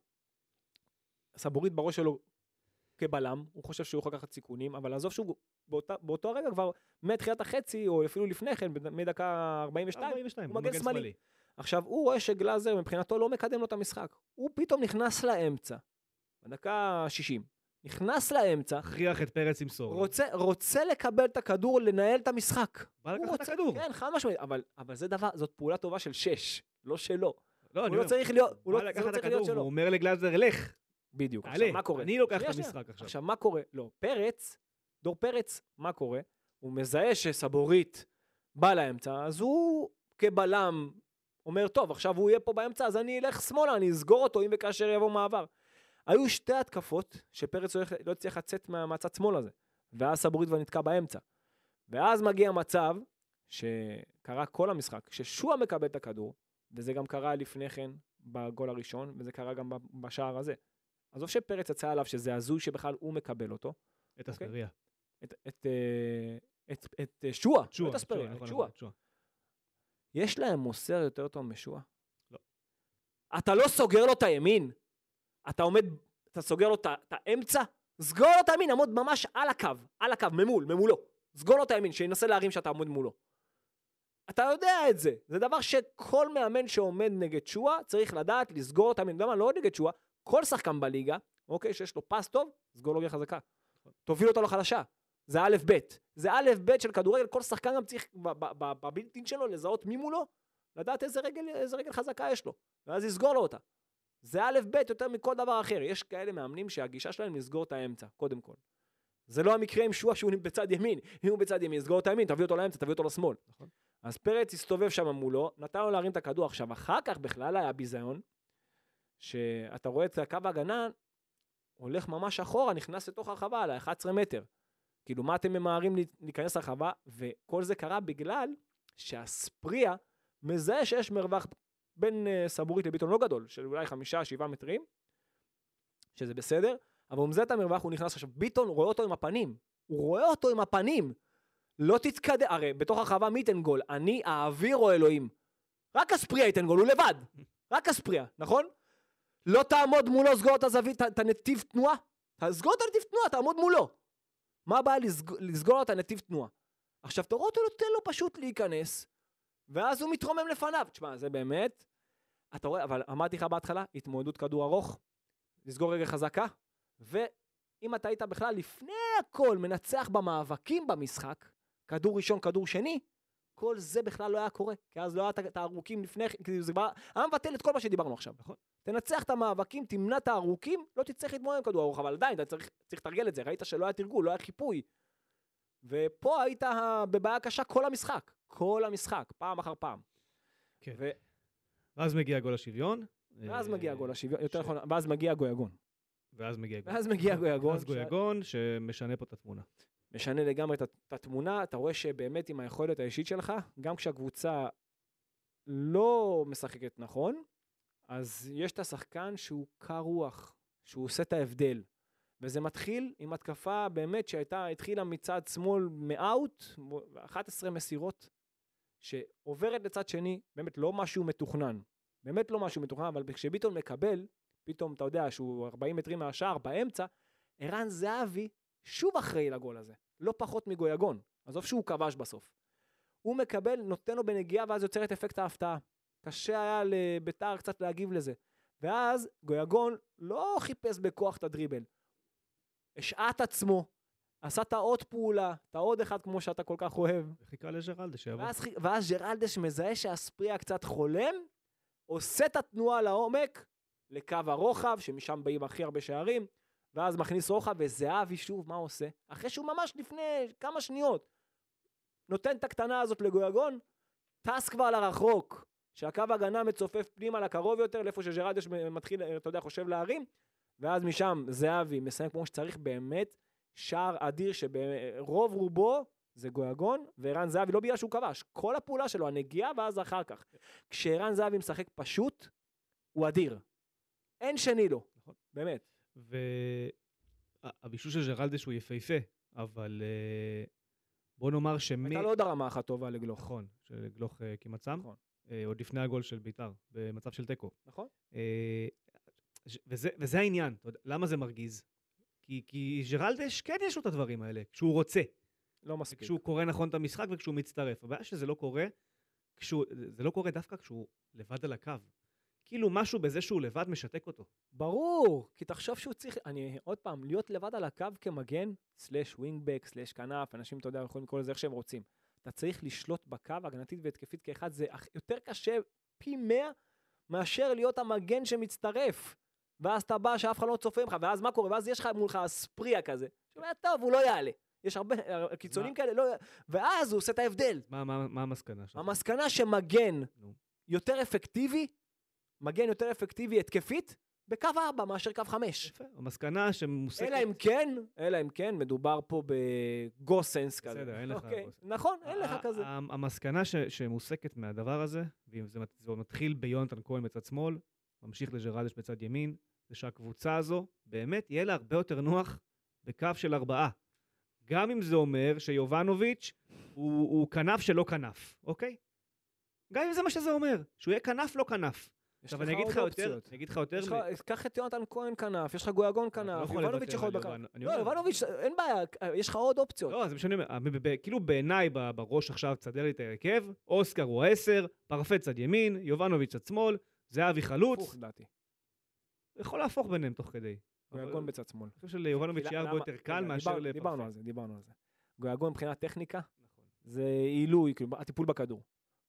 סבורית בראש שלו כבלם, הוא חושב שהוא יכול לקחת סיכונים, אבל עזוב שהוא באותה, באותו הרגע כבר מתחילת החצי, או אפילו לפני כן, מדקה ארבעים ושתיים, ארבעים ושתיים, הוא מגן שמאלי. שמאלי. עכשיו, הוא רואה שגלאזר מבחינתו לא מקדם לו את המשחק. הוא פתאום נכנס לאמצע, בדקה שישים. נכנס לאמצע. הכריח את פרץ עם סור. רוצה, רוצה לקבל את הכדור, לנהל את המשחק. בא לקחת את הכדור. כן, חד משמעית, אבל, אבל זה דבר, זאת פעולה טובה של שש, לא שלו. לא, הוא לא צריך להיות, הוא לא צריך להיות שלו. הוא אומר לגלאזר, לך. בדיוק. עכשיו, מה קורה? אני לוקח את המשחק עכשיו. עכשיו, מה קורה? לא, פרץ, דור פרץ, מה קורה? הוא מזהה שסבורית בא לאמצע, אז הוא כבלם אומר, טוב, עכשיו הוא יהיה פה באמצע, אז אני אלך שמאלה, אני אסגור אותו, אם וכאשר יבוא מעבר. היו שתי התקפות שפרץ לא הצליח לצאת מהצד שמאל הזה, ואז סבורית כבר נתקע באמצע. ואז מגיע מצב שקרה כל המשחק, ששועה מקבל את הכדור, וזה גם קרה לפני כן בגול הראשון, וזה קרה גם בשער הזה. עזוב שפרץ יצא עליו שזה הזוי שבכלל הוא מקבל אותו. את אספריה. את, את, את, את שועה, לא את אספריה, את שועה. יש להם מוסר יותר טוב משועה? לא. אתה לא סוגר לו את הימין? אתה עומד, אתה סוגר לו את האמצע? סגור לו את הימין, עמוד ממש על הקו, על הקו, ממול, ממולו. סגור לו את הימין, שינסה להרים שאתה עמוד מולו. אתה יודע את זה. זה דבר שכל מאמן שעומד נגד שועה צריך לדעת לסגור את הימין. אתה יודע מה, לא נגד שועה, כל שחקן בליגה, אוקיי, שיש לו פס טוב, סגור לו חזקה. תוביל אותו לחדשה. זה א' ב'. זה א' ב' של כדורגל, כל שחקן גם צריך בבלטין שלו לזהות מי מולו, לדעת איזה רגל, איזה רגל חזקה יש לו, ואז לסגור לו אותה. זה א' ב' יותר מכל דבר אחר. יש כאלה מאמנים שהגישה שלהם לסגור את האמצע, קודם כל. זה לא המקרה עם שועה שהוא בצד ימין. אם הוא בצד ימין, לסגור את הימין, תביא אותו לאמצע, תביא אותו לשמאל. נכון. אז פרץ הסתובב שם מולו, נתן לו להרים את הכדור. עכשיו, אחר כך בכלל היה ביזיון, שאתה רואה את הקו ההגנה, הולך ממש אחורה, נכנס לתוך הרחבה, על ה-אחד עשר מטר. כאילו, מה אתם ממהרים להיכנס לרחבה? וכל זה קרה בגלל שהספריה מזהה שיש מרווח בין uh, סבורית לביטון לא גדול, של אולי חמישה, שבעה מטרים, שזה בסדר, אבל הוא מזהה את המרווח, הוא נכנס עכשיו, ביטון רואה אותו עם הפנים, הוא רואה אותו עם הפנים, לא תתקדם, הרי בתוך הרחבה מי ייתן גול? אני, האוויר או אלוהים? רק הספריה ייתן גול, הוא לבד, רק הספריה, נכון? לא תעמוד מולו, סגור את הזווית, את הנתיב תנועה, תסגור את הנתיב תנועה, תעמוד מולו. מה הבעיה לסגור, לסגור את הנתיב תנועה? עכשיו תראו אותו, נותן לו פשוט להיכנס, ואז הוא מתרומם לפניו. תשמע, זה באמת, אתה רואה, אבל אמרתי לך בהתחלה, התמודדות כדור ארוך, לסגור רגע חזקה, ואם אתה היית בכלל לפני הכל מנצח במאבקים במשחק, כדור ראשון, כדור שני, כל זה בכלל לא היה קורה, כי אז לא היה את הארוכים לפני, כי זה כבר, היה מבטל את כל מה שדיברנו עכשיו, נכון? תנצח את המאבקים, תמנע את הארוכים, לא תצטרך להתמודד עם כדור ארוך, אבל עדיין, אתה צריך, צריך תרגל את זה, ראית שלא היה תרגול, לא היה חיפוי, ופה היית בבעיה קשה כל המשחק, כל המשחק, פעם אחר פעם. כן. ו... ואז מגיע גול השוויון. ואז מגיע גול השוויון, יותר נכון, ואז מגיע גויגון. ואז מגיע גול. ואז מגיע גויגון. ואז גויגון שמשנה פה את התמונה. משנה לגמרי את התמונה, אתה רואה שבאמת עם היכולת האישית שלך, גם כשהקבוצה לא משחקת נכון, אז יש את השחקן שהוא קר רוח, שהוא עושה את ההבדל. וזה מתחיל עם התקפה באמת שהייתה, התחילה מצד שמאל מאוט, אחת עשרה מסירות, שעוברת לצד שני, באמת לא משהו מתוכנן. באמת לא משהו מתוכנן, אבל כשביטון מקבל, פתאום אתה יודע שהוא ארבעים מטרים מהשער באמצע, ערן זהבי שוב אחראי לגול הזה. לא פחות מגויגון. עזוב שהוא כבש בסוף. הוא מקבל, נותן לו בנגיעה, ואז יוצר את אפקט ההפתעה. קשה היה לביתר קצת להגיב לזה. ואז גויגון לא חיפש בכוח את הדריבל. השעת עצמו, עשה את העוד פעולה, את העוד אחד כמו שאתה כל כך אוהב. וחיכה לג'רלדש. ואז, ואז ג'רלדש מזהה שהספריה קצת חולם, עושה את התנועה לעומק, לקו הרוחב, שמשם באים הכי הרבה שערים, ואז מכניס רוחב, וזהבי שוב, מה עושה? אחרי שהוא ממש לפני כמה שניות, נותן את הקטנה הזאת לגויגון, טס כבר לרחוק, שהקו הגנה מצופף פנימה לקרוב יותר, לאיפה שג'רלדש מתחיל, אתה יודע, חושב להרים, ואז משם זהבי מסיים כמו שצריך, באמת שער אדיר שברוב רובו זה גויגון, וערן זהבי לא בגלל שהוא כבש, כל הפעולה שלו, הנגיעה ואז אחר כך. כשערן זהבי משחק פשוט, הוא אדיר. אין שני לו, נכון. באמת. והבישול של ג'רלדש הוא יפהפה, אבל בוא נאמר שמי... הייתה לו עוד הרמה אחת טובה לגלוך. נכון, שגלוך כמעט שם. נכון. עוד לפני הגול של ביתר, במצב של טקו. נכון. וזה, וזה העניין. למה זה מרגיז? כי, כי ג'רלדש כן יש לו את הדברים האלה, כשהוא רוצה. לא מספיק. כשהוא קורא נכון את המשחק וכשהוא מצטרף. הבעיה שזה לא קורה, כשהוא, זה לא קורה דווקא כשהוא לבד על הקו. כאילו משהו בזה שהוא לבד משתק אותו. ברור, כי תחשוב שהוא צריך, אני עוד פעם, להיות לבד על הקו כמגן, סלש ווינגבק, סלש כנף, אנשים, אתה יודע, יכולים לקרוא לזה איך שהם רוצים. אתה צריך לשלוט בקו, הגנתית והתקפית כאחד, זה יותר קשה פי מאה, מאשר להיות המגן שמצטרף. ואז אתה בא שאף אחד לא צופה ממך, ואז מה קורה? ואז יש לך מולך ספריה כזה, שאומר, טוב, הוא לא יעלה. יש הרבה קיצונים כאלה, לא... ואז הוא עושה את ההבדל. מה, מה, מה המסקנה שלך? המסקנה שמגן יותר אפקטיבי, מגן יותר אפקטיבי התקפית, בקו ארבע מאשר קו חמש. יפה, המסקנה שמוסקת... אלא אם כן, אלא אם כן, מדובר פה בגוסנס כזה. בסדר, אין לך... נכון, אין לך כזה. המסקנה שמוסקת מהדבר הזה, ואם זה מתחיל ביונתן כהן בצד שמאל, ממשיך לג'רלדש בצד ימין, זה שהקבוצה הזו, באמת יהיה לה הרבה יותר נוח בקו של ארבעה. גם אם זה אומר שיובנוביץ' הוא, הוא כנף שלא כנף, אוקיי? גם אם זה מה שזה אומר, שהוא יהיה כנף לא כנף. עכשיו אני אגיד לך יותר, אני אגיד לך יותר... קח את יונתן כהן כנף, יש לך גויגון כנף, יובנוביץ' יכול בקו. לא, יובנוביץ', אין בעיה, יש לך עוד אופציות. לא, זה משנה, כאילו בעיניי בראש עכשיו תסדר לי את ההרכב, אוסקר הוא העשר, פרפט צד ימין, יובנוביץ' צד שמאל, זהבי חלוץ. הפוך, דעתי. יכול להפוך ביניהם תוך כדי. גויגון בצד שמאל. אני חושב שליובנוביץ' יהיה הרבה יותר קל מאשר לפרפט. דיברנו על זה, דיברנו על זה. גויגון מבחינת טכניקה, זה עילוי, הטיפול בכדור.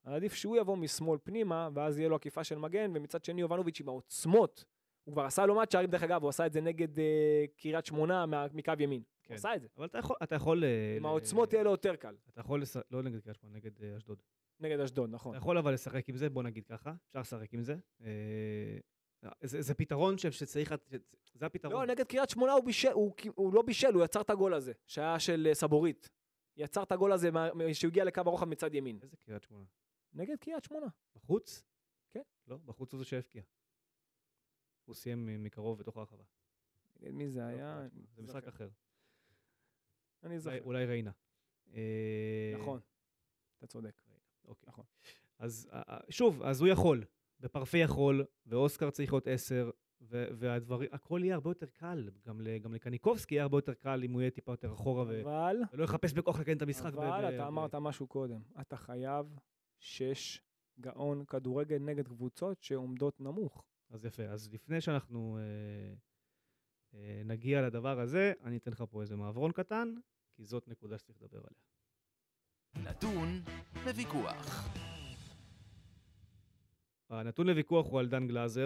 עדיף שהוא יבוא משמאל פנימה, ואז יהיה לו עקיפה של מגן, ומצד שני יובנוביץ' עם העוצמות, הוא כבר עשה לו מעט שערים, דרך אגב, הוא עשה את זה נגד אה, קריית שמונה מקו ימין. כן. הוא עשה את זה. אבל אתה יכול... אתה יכול עם העוצמות יהיה לו יותר קל. אתה יכול, לס... לא נגד קריית שמונה, נגד אה, אשדוד. נגד אשדוד, נכון. אתה יכול אבל לשחק עם זה, בוא נגיד ככה, אפשר לשחק עם זה. אה... זה, זה פתרון ש... שצריך... זה הפתרון. לא, נגד קריית שמונה הוא, בישל, הוא, הוא לא בישל, הוא יצר את הגול הזה, שהיה של סבורית. יצר את הגול הזה שהוא הגיע לקו הרוחב מצד ימין. איזה קריית שמונה? נגד קריית שמונה. בחוץ? כן. לא, בחוץ הוא זה שהפקיע. הוא סיים מקרוב בתוך הרחבה. נגד מי זה היה? זה משחק אחר. אני זוכר. אולי ריינה. נכון, אתה צודק. אוקיי. נכון. אז שוב, אז הוא יכול, בפרפי יכול, ואוסקר צריך להיות עשר, והדברים, הכל יהיה הרבה יותר קל, גם לקניקובסקי יהיה הרבה יותר קל אם הוא יהיה טיפה יותר אחורה, ולא יחפש בכוח לקן את המשחק. אבל אתה אמרת משהו קודם, אתה חייב שש גאון כדורגל נגד קבוצות שעומדות נמוך. אז יפה, אז לפני שאנחנו אה, אה, נגיע לדבר הזה, אני אתן לך פה איזה מעברון קטן, כי זאת נקודה שצריך לדבר עליה. נתון לוויכוח. הנתון לוויכוח הוא על דן גלאזר,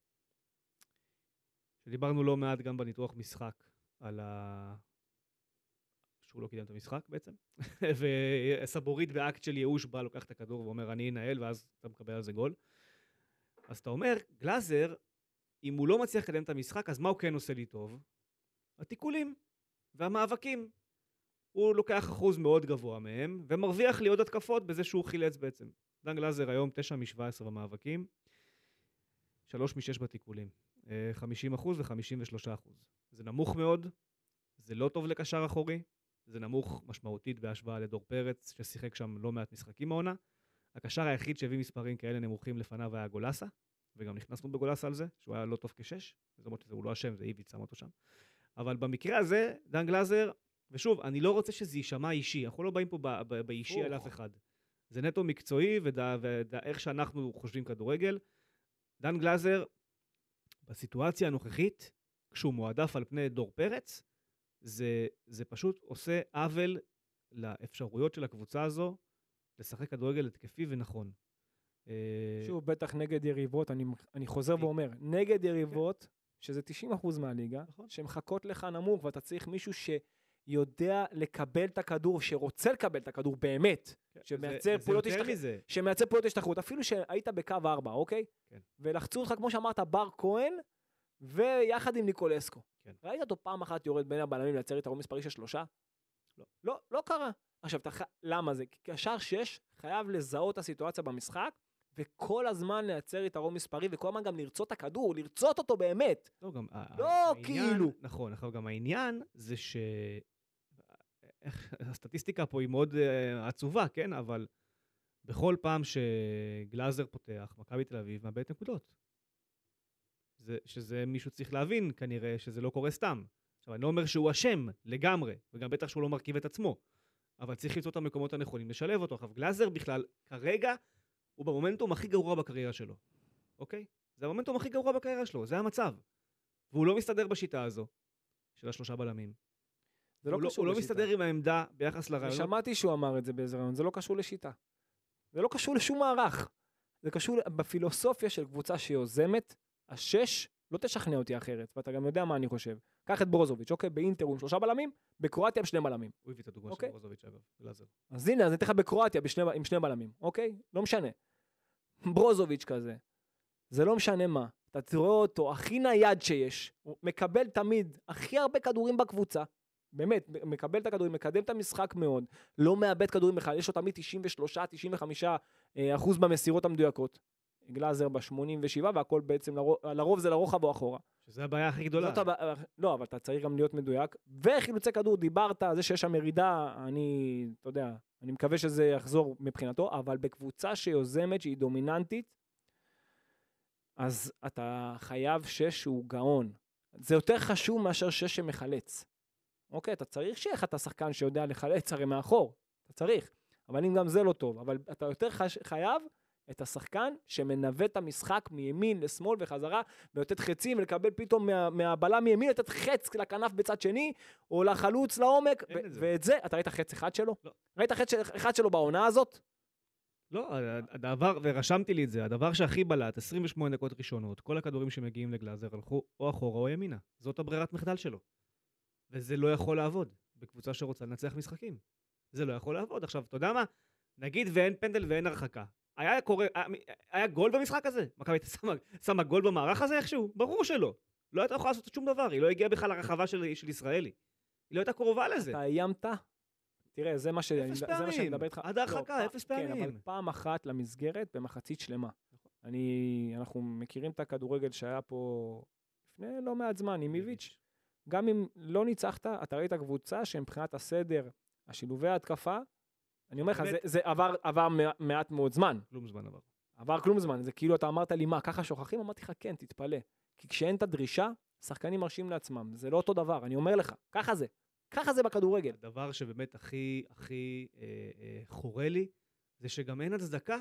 שדיברנו לא מעט גם בניתוח משחק, על ה... שהוא לא קידם את המשחק בעצם, וסבורית באקט של ייאוש בא, לוקח את הכדור ואומר אני אנהל, ואז אתה מקבל על זה גול. אז אתה אומר, גלאזר, אם הוא לא מצליח לקדם את המשחק, אז מה הוא כן עושה לי טוב? התיקולים והמאבקים. הוא לוקח אחוז מאוד גבוה מהם, ומרוויח לי עוד התקפות בזה שהוא חילץ בעצם. דן גלאזר היום תשע משבע עשרה במאבקים, שלוש משש בתיקולים. חמישים אחוז ו-חמישים ושלושה אחוז. זה נמוך מאוד, זה לא טוב לקשר אחורי, זה נמוך משמעותית בהשוואה לדור פרץ, ששיחק שם לא מעט משחקים העונה. הקשר היחיד שהביא מספרים כאלה נמוכים לפניו היה גולסה, וגם נכנסנו בגולסה על זה, שהוא היה לא טוב כשש, זאת אומרת, הוא לא אשם, זה איביץ' שם אותו שם. אבל במקרה הזה, דן גלאזר, ושוב, אני לא רוצה שזה יישמע אישי, אנחנו לא באים פה באישי על אף אחד. זה נטו מקצועי, ואיך שאנחנו חושבים כדורגל. דן גלאזר, בסיטואציה הנוכחית, כשהוא מועדף על פני דור פרץ, זה, זה פשוט עושה עוול לאפשרויות של הקבוצה הזו, לשחק כדורגל התקפי ונכון. שוב, בטח נגד יריבות, אני, אני חוזר ואומר, נגד יריבות, שזה תשעים אחוז מהליגה, שמחכות לך נמוך, ואתה צריך מישהו שיודע לקבל את הכדור, שרוצה לקבל את הכדור באמת, שמייצר פעולות השתחרות, שמייצר פעולות השתחרות, אפילו שהיית בקו ארבע, אוקיי? ולחצו אותך, כמו שאמרת, בר כהן, ויחד עם ניקולסקו. ראית אותו פעם אחת יורד בין הבלמים לייצר יתרון מספרי של שלושה? לא. לא, לא קרה. עכשיו, למה זה? כי קשר שש חייב לזהות את הסיטואציה במשחק, וכל הזמן לייצר יתרון מספרי, וכל הזמן גם לרצות את הכדור, לרצות אותו באמת. לא, גם... לא, כאילו. נכון, נכון, גם העניין זה ש... הסטטיסטיקה פה היא מאוד עצובה, כן? אבל בכל פעם שגלאזר פותח, מכבי תל אביב מאבד נקודות. זה, שזה מישהו צריך להבין, כנראה שזה לא קורה סתם. עכשיו, אני לא אומר שהוא אשם לגמרי, וגם בטח שהוא לא מרכיב את עצמו, אבל צריך למצוא את המקומות הנכונים, לשלב אותו. עכשיו, גלאזר בכלל, כרגע, הוא במומנטום הכי גרוע בקריירה שלו. אוקיי? זה המומנטום הכי גרוע בקריירה שלו, זה המצב. והוא לא מסתדר בשיטה הזו, של השלושה בלמים. זה לא קשור לשיטה. הוא לא מסתדר עם העמדה ביחס לרעיונות. שמעתי שהוא אמר את זה באיזה רעיון, זה לא קשור לשיטה. זה לא קשור לשום מערך. זה קשור בפילוסופיה של קבוצה שיוזמת, השש לא תשכנע אותי אחרת, ואתה גם יודע מה אני חושב. קח את ברוזוביץ', אוקיי? באינטר הוא עם שלושה בלמים, בקרואטיה עם שני בלמים. הוא הביא את הדוגמה של ברוזוביץ' אגב, גלאזר. אז הנה, אז נתן לך בקרואטיה עם שני בלמים, אוקיי? לא משנה. ברוזוביץ' כזה, זה לא משנה מה. אתה תראה אותו הכי נייד שיש, הוא מקבל תמיד הכי הרבה כדורים בקבוצה, באמת, מקבל את הכדורים, מקדם את המשחק מאוד, לא מאבד כדורים בכלל, יש לו תמיד תשעים ושלושה תשעים וחמישה אחוז במסירות המדויקות. גלאזר ב-שמונים ושבע, והכל בעצם, לרוב, לרוב זה לרוחב או אחורה. שזה הבעיה הכי גדולה. הבע... לא, אבל אתה צריך גם להיות מדויק. וחילוצי כדור, דיברת, זה שיש שם מרידה, אני, אתה יודע, אני מקווה שזה יחזור מבחינתו, אבל בקבוצה שיוזמת, שהיא דומיננטית, אז אתה חייב שש שהוא גאון. זה יותר חשוב מאשר שש שמחלץ. אוקיי, אתה צריך שאיך אתה שחקן שיודע לחלץ, הרי מאחור. אתה צריך. אבל אם גם זה לא טוב, אבל אתה יותר חייב את השחקן שמנווט את המשחק מימין לשמאל וחזרה, ולתת חצים ולקבל פתאום מה, מהבלה מימין, לתת חץ לכנף בצד שני, או לחלוץ לעומק, ו- ואת זה, אתה ראית חץ אחד שלו? לא. ראית חץ אחד שלו בעונה הזאת? לא, הדבר, ורשמתי לי את זה, הדבר שהכי בלט, עשרים ושמונה דקות ראשונות, כל הכדורים שמגיעים לגלאזר הלכו או אחורה או ימינה. זאת הברירת מחדל שלו. וזה לא יכול לעבוד בקבוצה שרוצה לנצח משחקים. זה לא יכול לעבוד. עכשיו, אתה יודע מה? נגיד ואין פנדל ואין הרחקה. היה קורה, היה, היה גול במשחק הזה? מכבי שמה, שמה גול במערך הזה איכשהו? ברור שלא. לא הייתה יכולה לעשות שום דבר, היא לא הגיעה בכלל לרחבה של, של ישראלי. היא לא הייתה קרובה לזה. אתה איימת? תראה, זה מה שאני מדבר איתך. עד ההרחקה, אפס פעמים. כן, אבל פעם אחת למסגרת במחצית שלמה. אני, אנחנו מכירים את הכדורגל שהיה פה לפני לא מעט זמן, עם איביץ'. גם אם לא ניצחת, אתה ראית קבוצה שמבחינת הסדר, השילובי ההתקפה, אני אומר לך, זה, זה עבר, עבר מעט מאוד זמן. כלום זמן עבר. עבר כלום זמן. זה כאילו אתה אמרת לי, מה, ככה שוכחים? אמרתי לך, כן, תתפלא. כי כשאין את הדרישה, שחקנים מרשים לעצמם. זה לא אותו דבר, אני אומר לך. ככה זה. ככה זה בכדורגל. הדבר שבאמת הכי, הכי אה, אה, חורה לי, זה שגם אין הצדקה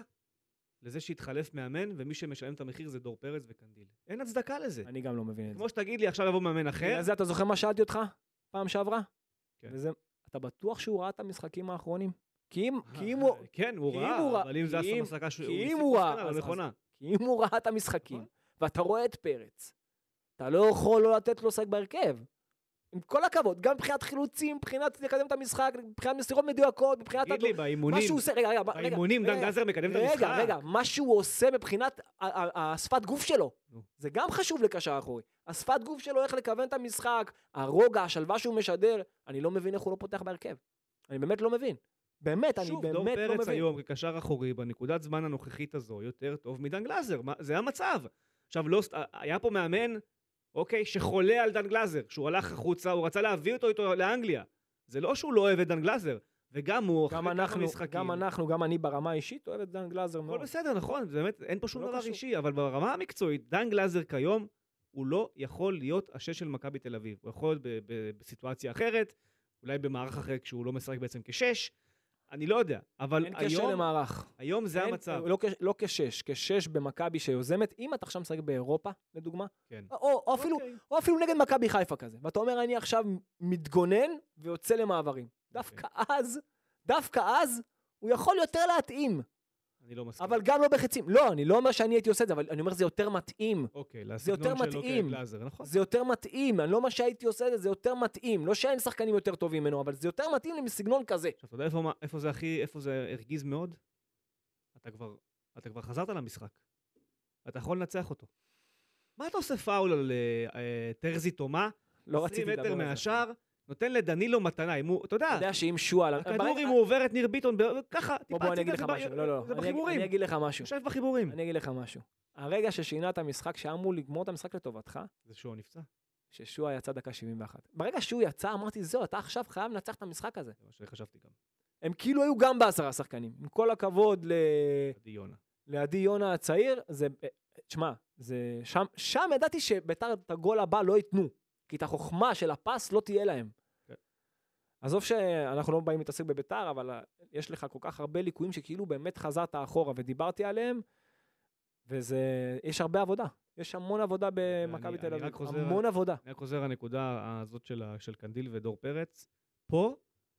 לזה שהתחלף מאמן, ומי שמשלם את המחיר זה דור פרץ וקנדיל. אין הצדקה לזה. אני גם לא מבין את זה. כמו שתגיד לי, עכשיו יבוא מאמן אחר. אז אתה זוכר מה שאלתי אותך פעם שעברה? כן. וזה, אתה בטוח שהוא ראה את המשחקים האחרונים? כי אם, כי אם הוא... כן, הוא ראה, אבל אם זה עשה מסקה שהוא... כי אם הוא ראה... כי אם הוא ראה את המשחקים, ואתה רואה את פרץ, אתה לא יכול לא לתת לו לשחק בהרכב. עם כל הכבוד, גם מבחינת חילוצים, מבחינת לקדם את המשחק, מבחינת מסירות מדויקות, מבחינת... תגיד לי, באימונים... מה שהוא עושה... רגע, רגע, באימונים דן גלאזר מקדם את המשחק. רגע, רגע, מה שהוא עושה מבחינת השפת גוף שלו, זה גם חשוב לקשר האחורי. השפת גוף שלו, איך לכוון את המשחק, הרוגע, השלווה שהוא משדר, אני לא מבין איך הוא לא פותח בהרכב. אני באמת לא מבין. באמת, אני באמת לא מבין. שוב, דור פרץ היום כקשר אחורי, בנקודת זמן הנוכחית הזו, יותר טוב מדן גלאזר. זה המצב. עכשיו, לא... היה פה מאמן... אוקיי, שחולה על דן גלאזר, כשהוא הלך החוצה, הוא רצה להביא אותו איתו לאנגליה. זה לא שהוא לא אוהב את דן גלאזר, וגם הוא גם אנחנו, גם אנחנו, גם אני ברמה האישית אוהב את דן גלאזר מאוד. הכל בסדר, נכון, באמת, אין פה שום דבר אישי, אבל ברמה המקצועית, דן גלאזר כיום, הוא לא יכול להיות השש של מכבי תל אביב. הוא יכול להיות בסיטואציה אחרת, אולי במערך אחר כשהוא לא משחק בעצם כשש, אני לא יודע, אבל אין היום... קשר למערך. היום זה אין, המצב. לא, לא כשש, כשש במכבי שיוזמת, אם אתה עכשיו משחק באירופה, לדוגמה, כן. או, או, אפילו, אוקיי. או אפילו נגד מכבי חיפה כזה, ואתה אומר, אני עכשיו מתגונן ויוצא למעברים. דווקא אוקיי. אז, דווקא אז, הוא יכול יותר להתאים. אני לא מסכים. אבל גם לא בחצים. לא, אני לא אומר שאני הייתי עושה את זה, אבל אני אומר, זה יותר מתאים. אוקיי, זה יותר מתאים. גלאזר, נכון? זה יותר מתאים. אני לא אומר שהייתי עושה את זה, זה יותר מתאים. לא שאין שחקנים יותר טובים ממנו, אבל זה יותר מתאים לסגנון כזה. עכשיו, אתה יודע איפה, איפה זה הכי, איפה זה הרגיז מאוד? אתה כבר, אתה כבר חזרת למשחק. אתה יכול לנצח אותו. מה אתה עושה פאול על אה, טרזי תומה? לא רציתי לדבר על זה. עשרים מטר מהשאר, נותן לדנילו מתנה. הוא, אתה יודע, אתה יודע שאם שועה... הכדור אם הוא עובר את ניר ביטון, ככה, טיפה בוא, אני אגיד לך משהו. לא, לא. זה בחיבורים. אני אגיד לך משהו. יושב בחיבורים. אני אגיד לך משהו. הרגע ששינה את המשחק, שאמור לגמור את המשחק לטובתך, זה שהוא נפצע. ששועה יצא דקה שבעים ואחת. ברגע שהוא יצא, אמרתי, זהו, אתה עכשיו חייב לנצח את המשחק הזה. זה מה שחשבתי גם. הם כאילו היו גם בעשרה שחקנים. עם כל הכבוד ל... עדי יונה. לעדי יונה הצעיר, זה... תשמע, זה... שם, שם ידעתי שביתר את הגול הבא לא ייתנו. כי את החוכמה של הפס לא תהיה להם. כן. עזוב שאנחנו לא באים להתעסק בביתר, אבל יש לך כל כך הרבה ליקויים שכאילו באמת חזרת אחורה ודיברתי עליהם, וזה... יש הרבה עבודה. יש המון עבודה במכבי תל אביב. המון עבודה. אני רק חוזר הנקודה הזאת של, של קנדיל ודור פרץ. פה,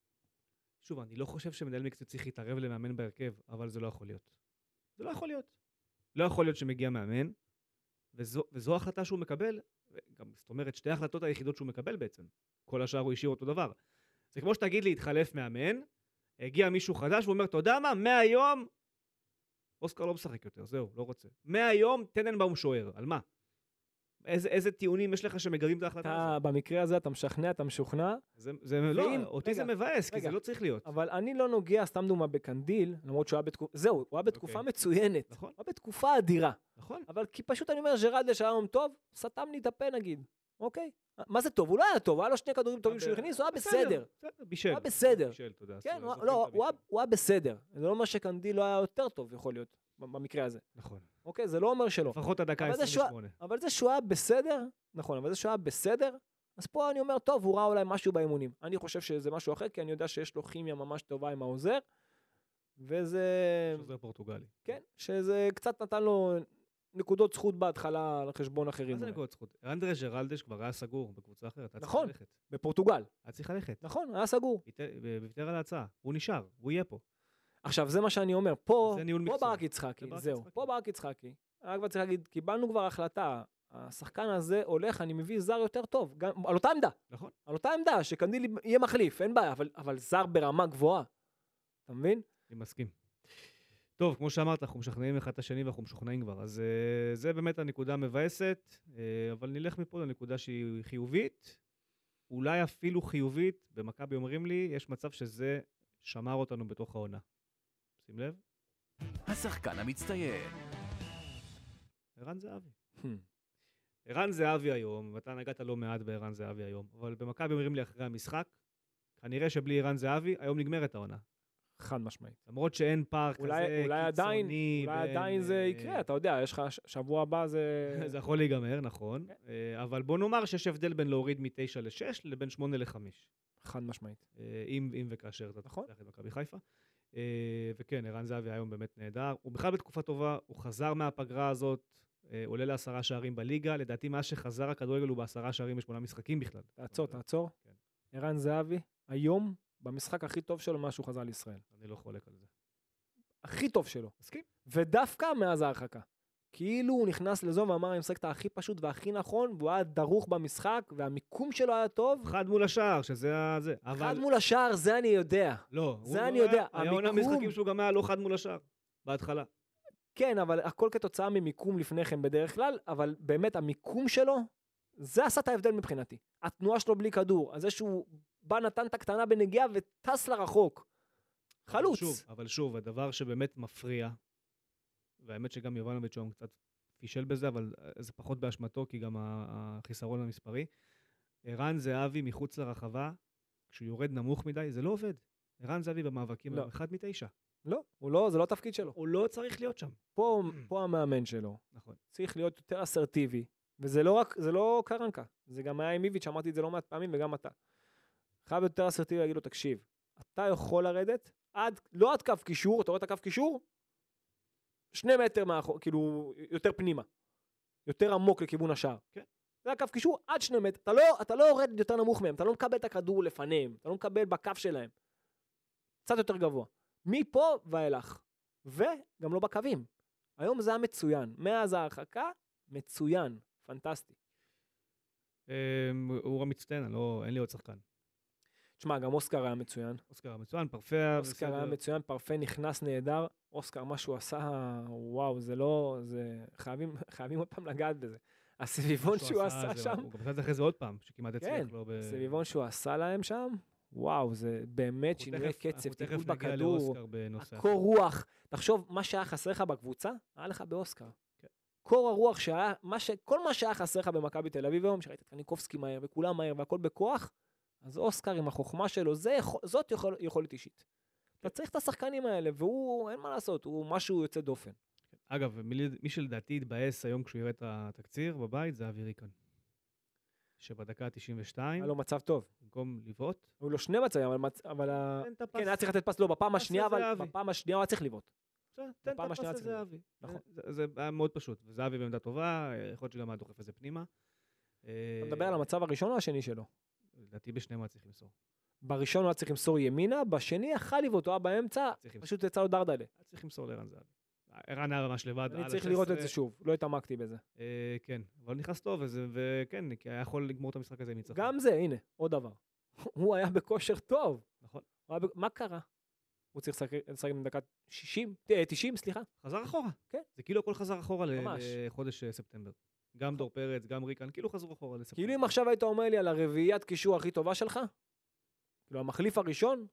שוב, אני לא חושב שמנהל מקצועי צריך להתערב למאמן בהרכב, אבל זה לא יכול להיות. זה לא יכול להיות. לא יכול להיות שמגיע מאמן, וזו, וזו החלטה שהוא מקבל, גם, זאת אומרת, שתי החלטות היחידות שהוא מקבל בעצם. כל השאר הוא השאיר אותו דבר. זה כמו שתגיד לי, התחלף מאמן, הגיע מישהו חדש ואומר, אתה יודע מה, מהיום, אוסקר לא משחק יותר, זהו, לא רוצה. מהיום, טננבאום שוער, על מה? איזה, איזה טיעונים יש לך שמגרים את ההחלטה אתה, הזאת? במקרה הזה אתה משכנע, אתה משוכנע. זה, זה לא, אותי רגע, זה מבאס, רגע, כי זה לא צריך להיות. אבל אני לא נוגע, סתם דומה בקנדיל, למרות שהוא היה בתקופה, זהו, הוא היה בתקופה okay. מצוינת. נכון. הוא היה בתקופה אדירה. נכון. אבל כי פשוט אני אומר, ג'רלדש היה היום טוב, סתם לי את הפה נגיד. אוקיי? מה זה טוב? הוא לא היה טוב, הוא היה לו שני כדורים טובים שהוא הכניס, הוא היה בסדר. בישל. הוא היה בסדר. בישל, תודה. כן, לא, הוא היה בסדר. זה לא אומר שקנדיל לא היה יותר טוב, יכול להיות, במקרה הזה. נכון. אוקיי? זה לא אומר שלא. לפחות הדקה עשרים ושמונה. אבל זה שהוא היה בסדר, נכון, אבל זה שהוא היה בסדר, אז פה אני אומר, טוב, הוא ראה אולי משהו באימונים. אני חושב שזה משהו אחר, כי אני יודע שיש לו כימיה ממש טובה עם העוזר, וזה... עוזר פורטוגלי. כן, שזה קצת נתן לו נקודות זכות בהתחלה על חשבון אחרים. מה זה נקודות זכות? אנדרס ג'רלדש כבר היה סגור בקבוצה אחרת. נכון, בפורטוגל. היה צריך ללכת. נכון, היה סגור. ויתר על ההצעה. הוא נשאר, הוא יהיה פה. עכשיו, זה מה שאני אומר, פה, זה ניהול פה מקצועי. ברק יצחקי, זה ברק זהו, יצחקי. פה ברק יצחקי. רק כבר צריך להגיד, קיבלנו כבר החלטה, השחקן הזה הולך, אני מביא זר יותר טוב, גם, על אותה עמדה, נכון. על אותה עמדה, שקנדיל יהיה מחליף, אין בעיה, אבל, אבל זר ברמה גבוהה, אתה מבין? אני מסכים. טוב, כמו שאמרת, אנחנו משכנעים אחד את השני ואנחנו משוכנעים כבר, אז uh, זה באמת הנקודה המבאסת, uh, אבל נלך מפה לנקודה שהיא חיובית, אולי אפילו חיובית, במכבי אומרים לי, יש מצב שזה שמר אותנו בתוך העונה. שים לב. השחקן המצטיין. ערן זהבי. ערן זהבי היום, ואתה נגעת לא מעט בערן זהבי היום, אבל במכבי אומרים לי אחרי המשחק, כנראה שבלי ערן זהבי, היום נגמרת העונה. חד משמעית. למרות שאין פער כזה אולי, אולי עדיין, קיצוני. אולי בין, עדיין זה יקרה, אתה יודע, יש לך ש- שבוע הבא זה... זה יכול להיגמר, נכון. אה, אבל בוא נאמר שיש הבדל בין להוריד מתשע לשש לבין שמונה לחמש. חד משמעית. אה, אם, אם וכאשר אתה נכון. תצטרך את מכבי חיפה. אה, וכן, ערן זהבי היום באמת נהדר. הוא בכלל בתקופה טובה, הוא חזר מהפגרה הזאת, אה, עולה לעשרה שערים בליגה. לדעתי, מאז שחזר הכדורגל הוא בעשרה שערים בשמונה משחקים בכלל. תעצור, תעצור. כן. ערן זהבי, היום, במשחק הכי טוב שלו מאז שהוא חזר לישראל. אני לא חולק על זה. הכי טוב שלו. מסכים? ודווקא מאז ההרחקה. כאילו הוא נכנס לזו ואמר, אני משחק את הכי פשוט והכי נכון, והוא היה דרוך במשחק, והמיקום שלו היה טוב. אחד מול השער, שזה ה... זה. אחד אבל... מול השער, זה אני יודע. לא. זה הוא אני היה- יודע. היה עונה המיקום- משחקים שהוא גם היה לא חד מול השער. בהתחלה. כן, אבל הכל כתוצאה ממיקום לפני כן בדרך כלל, אבל באמת המיקום שלו, זה עשה את ההבדל מבחינתי. התנועה שלו בלי כדור, אז זה שהוא בא נתן את הקטנה בנגיעה וטס לרחוק. חלוץ. אבל שוב, אבל שוב, הדבר שבאמת מפריע, והאמת שגם יובנוביץ' היום קצת פישל בזה, אבל זה פחות באשמתו, כי גם ה- החיסרון המספרי. ערן זהבי מחוץ לרחבה, כשהוא יורד נמוך מדי, זה לא עובד. ערן זהבי במאבקים, לא. הוא אחד מתשע. לא, הוא לא, זה לא התפקיד שלו. הוא לא צריך להיות שם. פה, פה המאמן שלו. נכון. צריך להיות יותר אסרטיבי, וזה לא רק, זה לא קרנקה, זה גם היה עם איביץ', אמרתי את זה לא מעט פעמים, וגם אתה. חייב יותר אסרטיבי להגיד לו, תקשיב, אתה יכול לרדת, עד, לא עד קו קישור, אתה רואה את הקו קישור? שני מטר מאחור, כאילו, יותר פנימה. יותר עמוק לכיוון השער. כן. זה הקו קישור עד שני מטר, אתה לא, אתה לא יורד יותר נמוך מהם, אתה לא מקבל את הכדור לפניהם, אתה לא מקבל בקו שלהם. קצת יותר גבוה. מפה ואילך. וגם לא בקווים. היום זה היה מצוין. מאז ההרחקה, מצוין. פנטסטי. אמ, הוא המצטיין, אני לא- אין לי עוד שחקן. תשמע, גם אוסקר היה מצוין. אוסקר המצוין, פרפיה, אוסקר היה מצוין, פרפה נכנס נהדר. אוסקר, מה שהוא עשה, וואו, זה לא, זה, חייבים, חייבים עוד פעם לגעת בזה. הסביבון שהוא עשה שם, הוא גם עשה את זה אחרי זה עוד פעם, שכמעט כן, הצליח לו ב... הסביבון שהוא עשה להם שם, וואו, זה באמת אנחנו שינוי תכף- קצב, אנחנו טיפול תכף נגיע בכדור, לאוסקר בנושא הקור רוח. תחשוב, מה שהיה חסר לך בקבוצה, היה לך באוסקר. כן. קור הרוח שהיה, מה ש... כל מה שהיה חסר לך במכבי תל אביב היום, שראית את קניקובסקי מהר וכולם מהר והכל בכוח, אז אוסקר עם החוכמה שלו, זה יכול... זאת יכול... יכולת אישית. אתה צריך את השחקנים האלה, והוא, אין מה לעשות, הוא משהו יוצא דופן. אגב, מי, מי שלדעתי התבאס היום כשהוא יראה את התקציר בבית, זה אבי ריקן. שבדקה ה-תשעים ושתיים, היה לו מצב טוב. במקום לבעוט, היו לו שני מצבים, אבל, מצ... אבל ה... תן את הפס. כן, היה צריך לתת פס לו בפעם פס השנייה, אבל לזהבי. בפעם השנייה הוא היה צריך לבעוט. בסדר, תן את בפעם הפס השנייה צריך לזהבי. נכון. זה, זה היה מאוד פשוט. וזהבי בעמדה טובה, יכול להיות שגם היה דוחף את זה פנימה. אתה מדבר על המצב הראשון או השני שלו? לדעתי בשניהם היה צריך למסור. בראשון הוא היה צריך למסור ימינה, בשני יכל לבעוט, הוא היה באמצע, צריך למסור. פשוט יצא לו דרדלה. היה צריך למסור לערן זהבי. ערן היה ממש לבד. אני על צריך ה-שש לראות עשרה. את זה שוב, לא התעמקתי בזה. אה, כן, אבל נכנס טוב, וזה- וכן, כי היה יכול לגמור את המשחק הזה מניצחון. גם זה, הנה, עוד דבר. הוא היה בכושר טוב. נכון. הוא היה ב- מה קרה? הוא צריך לשחק- לשחק בדקה שישים, אה, תשעים, סליחה. חזר אחורה. כן. זה כאילו הכל חזר אחורה ל- ממש. לחודש אה, ספטמבר. גם דור פרץ, גם ריקן, כאילו חזרו אחורה לספטמבר. כאילו אם עכשיו היית אומר לי על הרביעיית קישור הכי טובה שלך, כאילו המחליף הראשון,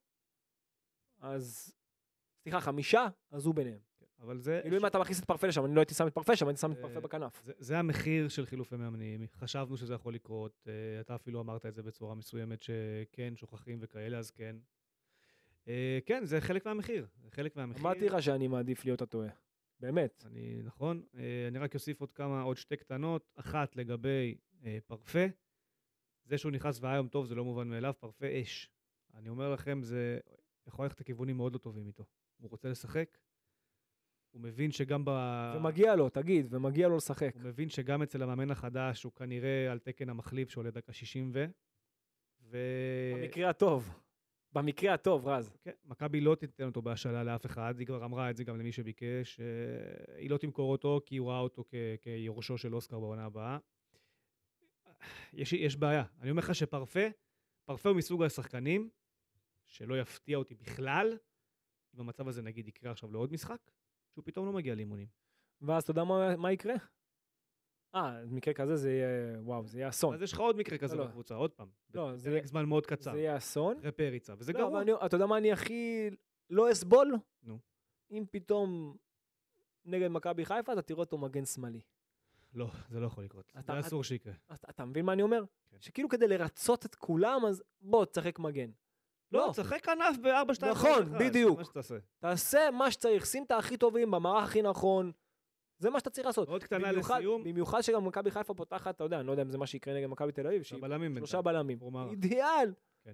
אז, סליחה, חמישה, אז הוא ביניהם. כן, אבל זה... כאילו אם אתה מכניס את פרפה לשם, אני לא הייתי שם את פרפה שם, הייתי שם את אה, פרפה בכנף. זה, זה המחיר של חילופי מאמנים, חשבנו שזה יכול לקרות, uh, אתה אפילו אמרת את זה בצורה מסוימת שכן, שוכחים וכאלה, אז כן. Uh, כן, זה חלק מהמחיר, זה חלק מהמחיר. אמרתי לך שאני מעדיף להיות הטועה. באמת. אני, נכון, uh, אני רק אוסיף עוד כמה, עוד שתי קטנות, אחת לגבי uh, פרפה, זה שהוא נכנס והיום טוב, זה לא מובן מאליו, פרפה אש. אני אומר לכם, זה יכול ללכת לכיוונים מאוד לא טובים איתו. הוא רוצה לשחק, הוא מבין שגם ב... ומגיע לו, תגיד, ומגיע לו לשחק. הוא מבין שגם אצל המאמן החדש הוא כנראה על תקן המחליף שעולה דקה שישים ו... ו... במקרה הטוב. במקרה הטוב, רז. כן, מכבי לא תיתן אותו בהשאלה לאף אחד, היא כבר אמרה את זה גם למי שביקש, אה, היא לא תמכור אותו כי הוא ראה אותו כ- כיורשו של אוסקר בעונה הבאה. יש, יש בעיה, אני אומר לך שפרפה, פרפה הוא מסוג השחקנים, שלא יפתיע אותי בכלל, אם המצב הזה נגיד יקרה עכשיו לעוד משחק, שהוא פתאום לא מגיע לאימונים. ואז אתה יודע מה, מה יקרה? אה, מקרה כזה זה יהיה, וואו, זה יהיה אסון. אז יש לך עוד מקרה כזה לא, בקבוצה, עוד פעם. לא, זה בפרק זמן מאוד קצר. זה יהיה אסון. אחרי פריצה, וזה לא, גרוע. אני, אתה יודע מה אני הכי לא אסבול? נו. אם פתאום נגד מכבי חיפה, אתה תראה אותו מגן שמאלי. לא, זה לא יכול לקרות. אתה- זה אסור שיקרה. אתה, אתה מבין מה אני אומר? כן. שכאילו כדי לרצות את כולם, אז בוא, תשחק מגן. לא, לא. תשחק כנף ב-ארבע שתיים נכון, בדיוק. מה שתעשה. תעשה מה שצריך, שים את הכי טובים במערך הכי נכון. זה מה שאתה צריך לעשות. עוד קטנה במיוחד- לסיום. במיוחד שגם מכבי חיפה פותחת, אתה יודע, אני לא יודע אם זה מה שיקרה נגד מכבי תל אביב, שהיא הבלמים שלושה בינתיים. בלמים. פרומרה. אידיאל. כן.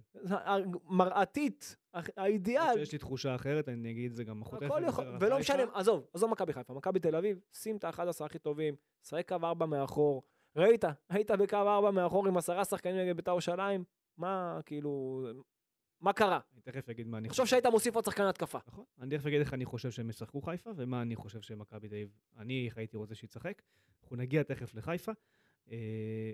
מראתית, האידיאל. יש לי תחושה אחרת, אני אגיד את זה גם חותך. הכל יכול, ולא משנה, עזוב, עזוב מכבי חיפה, מכבי תל אביב, שים את ה-אחד עשר הכי טובים, שחק קו ארבע מאחור, ראית, היית בקו ארבע מאחור עם עשרה שחקנים נגד בית"ר ירושלים, מה, כאילו, מה קרה? אני תכף אגיד מה אני תחשוב שהיית מוסיף עוד שחקן התקפה. נכון. אני תכף אגיד איך אני חושב שהם ישחקו חיפה, ומה אני חושב שמכבי תל אביב, אני הייתי רוצה שיצחק. אנחנו נגיע תכף לחיפה. אה,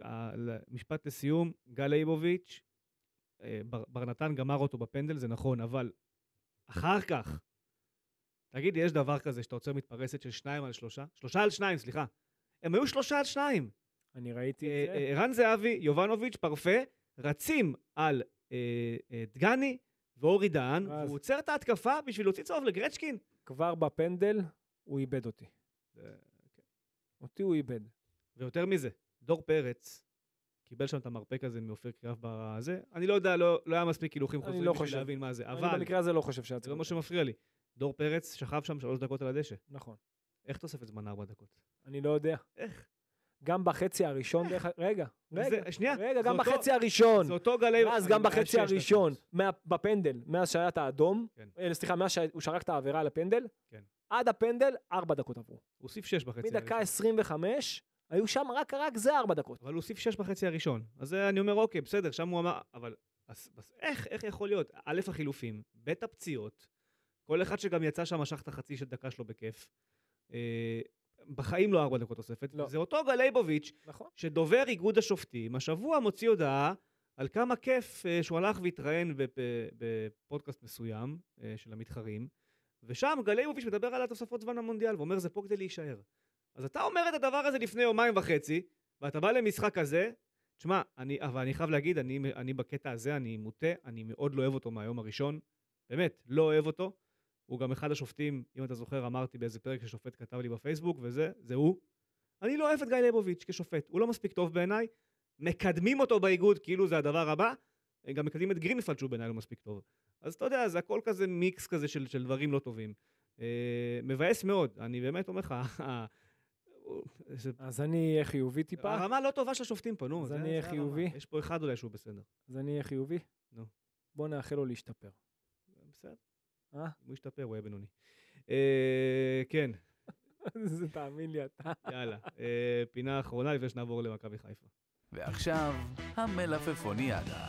משפט לסיום, גל ליבוביץ', אה, בר, בר נתן גמר אותו בפנדל, זה נכון, אבל אחר כך, תגיד, יש דבר כזה שאתה עוצר מתפרסת של שניים על שלושה? שלושה על שניים, סליחה. הם היו שלושה על שניים. אני ראיתי אה, את זה. אה, רן זהבי, יובנוביץ', פרפה, רצים על אה, אה, דגני ואורי דהן, אז- והוא עוצר את ההתקפה בשביל להוציא צהוב לגרצ'קין. כבר בפנדל, הוא איבד אותי. זה- אותי הוא איבד. ויותר מזה, דור פרץ קיבל שם את המרפק הזה מאופיר קריאף בזה, אני לא יודע, לא, לא היה מספיק הילוכים אני חוזרים לא בשביל חושב. להבין מה זה, אני אבל במקרה הזה לא חושב שהיה זה צריך. לא מה שמפריע לי. דור פרץ שכב שם שלוש דקות על הדשא. נכון. איך תוספת זמן ארבע דקות? אני לא יודע. איך? גם בחצי הראשון, דרך... רגע, רגע, זה- שנייה, רגע, זה גם אותו- בחצי הראשון. זה אותו גלי... ואז אני- גם היה בחצי שש הראשון, דקות. מה- בפנדל, מאז שהיה את האדום, כן. אה, סליחה, מאז שהוא שרק את העבירה על הפנדל, כן. עד הפנדל, ארבע דקות עברו. הוא הוסיף שש בחצי מדקה הראשון. עשרים וחמש, היו שם רק, רק זה ארבע דקות. אבל הוא הוסיף שש בחצי הראשון. אז זה אני אומר, אוקיי, בסדר, שם הוא אמר, אבל אז, אז איך, איך יכול להיות? א', החילופים, ב', הפציעות, כל אחד שגם יצא שם משך את החצי של דקה שלו בכיף. אה, בחיים לא ארבע דקות תוספת. לא. זה אותו גל ליבוביץ', נכון. שדובר איגוד השופטים, השבוע מוציא הודעה על כמה כיף אה, שהוא הלך והתראיין בפ- בפודקאסט מסוים אה, של המתחרים, ושם גל ליבוביץ' מדבר על התוספות זמן המונדיאל, ואומר, זה פה כדי להישאר. אז אתה אומר את הדבר הזה לפני יומיים וחצי, ואתה בא למשחק הזה, תשמע, אני, אבל אני חייב להגיד, אני, אני בקטע הזה, אני מוטה, אני מאוד לא אוהב אותו מהיום הראשון, באמת, לא אוהב אותו. הוא גם אחד השופטים, אם אתה זוכר, אמרתי באיזה פרק ששופט כתב לי בפייסבוק, וזה, זה הוא. אני לא אוהב את גיא ליבוביץ' כשופט, הוא לא מספיק טוב בעיניי, מקדמים אותו באיגוד כאילו זה הדבר הבא, גם מקדמים את גרינפלד שהוא בעיניי לא מספיק טוב. אז אתה יודע, זה הכל כזה מיקס כזה של, של דברים לא טובים. אה, מבאס מאוד, אני באמת אומר לך, זה אז אני אהיה חיובי טיפה. הרמה לא טובה של השופטים פה, נו. אז זה- אני זה אהיה הרמה. חיובי. יש פה אחד אולי שהוא בסדר. אז אני אהיה חיובי. נו. בוא נאחל לו להשתפר. בסדר. אה? אם הוא ישתפר, הוא יהיה בינוני. אה, כן, זה תאמין לי אתה. יאללה. אה, פינה אחרונה לפני שנעבור למכבי חיפה. ועכשיו, המלפפוניאדה.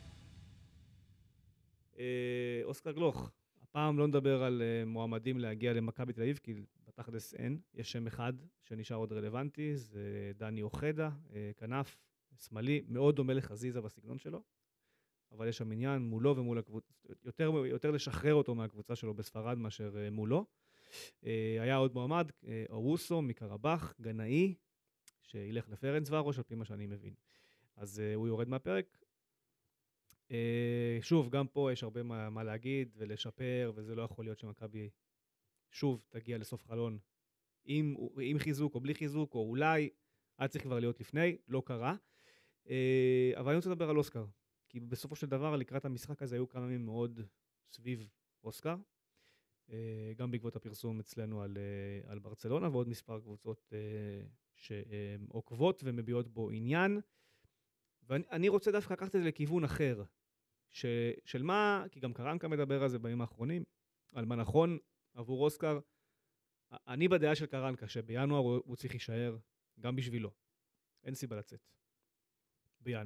אה, אוסקר גלוך, הפעם לא נדבר על אה, מועמדים להגיע למכבי תל אביב, כי בתכלס אין. יש שם אחד שנשאר עוד רלוונטי, זה דני אוחדה, אה, כנף שמאלי, מאוד דומה לחזיזה בסגנון שלו, אבל יש שם עניין מולו ומול הקבוצה, יותר, יותר לשחרר אותו מהקבוצה שלו בספרד מאשר אה, מולו. אה, היה עוד מועמד, אה, אורוסו מקרבח, גנאי, שילך לפרנס ורוש, על פי מה שאני מבין. אז אה, הוא יורד מהפרק. Uh, שוב, גם פה יש הרבה מה, מה להגיד ולשפר, וזה לא יכול להיות שמכבי שוב תגיע לסוף חלון עם, עם חיזוק או בלי חיזוק, או אולי היה צריך כבר להיות לפני, לא קרה. Uh, אבל אני רוצה לדבר על אוסקר, כי בסופו של דבר לקראת המשחק הזה היו כמה ימים מאוד סביב אוסקר, uh, גם בעקבות הפרסום אצלנו על, uh, על ברצלונה, ועוד מספר קבוצות uh, שעוקבות ומביעות בו עניין, ואני רוצה דווקא לקחת את זה לכיוון אחר, ש, של מה, כי גם קרנקה מדבר על זה בימים האחרונים, על מה נכון עבור אוסקר. אני בדעה של קרנקה, שבינואר הוא, הוא צריך להישאר גם בשבילו. אין סיבה לצאת. בינואר.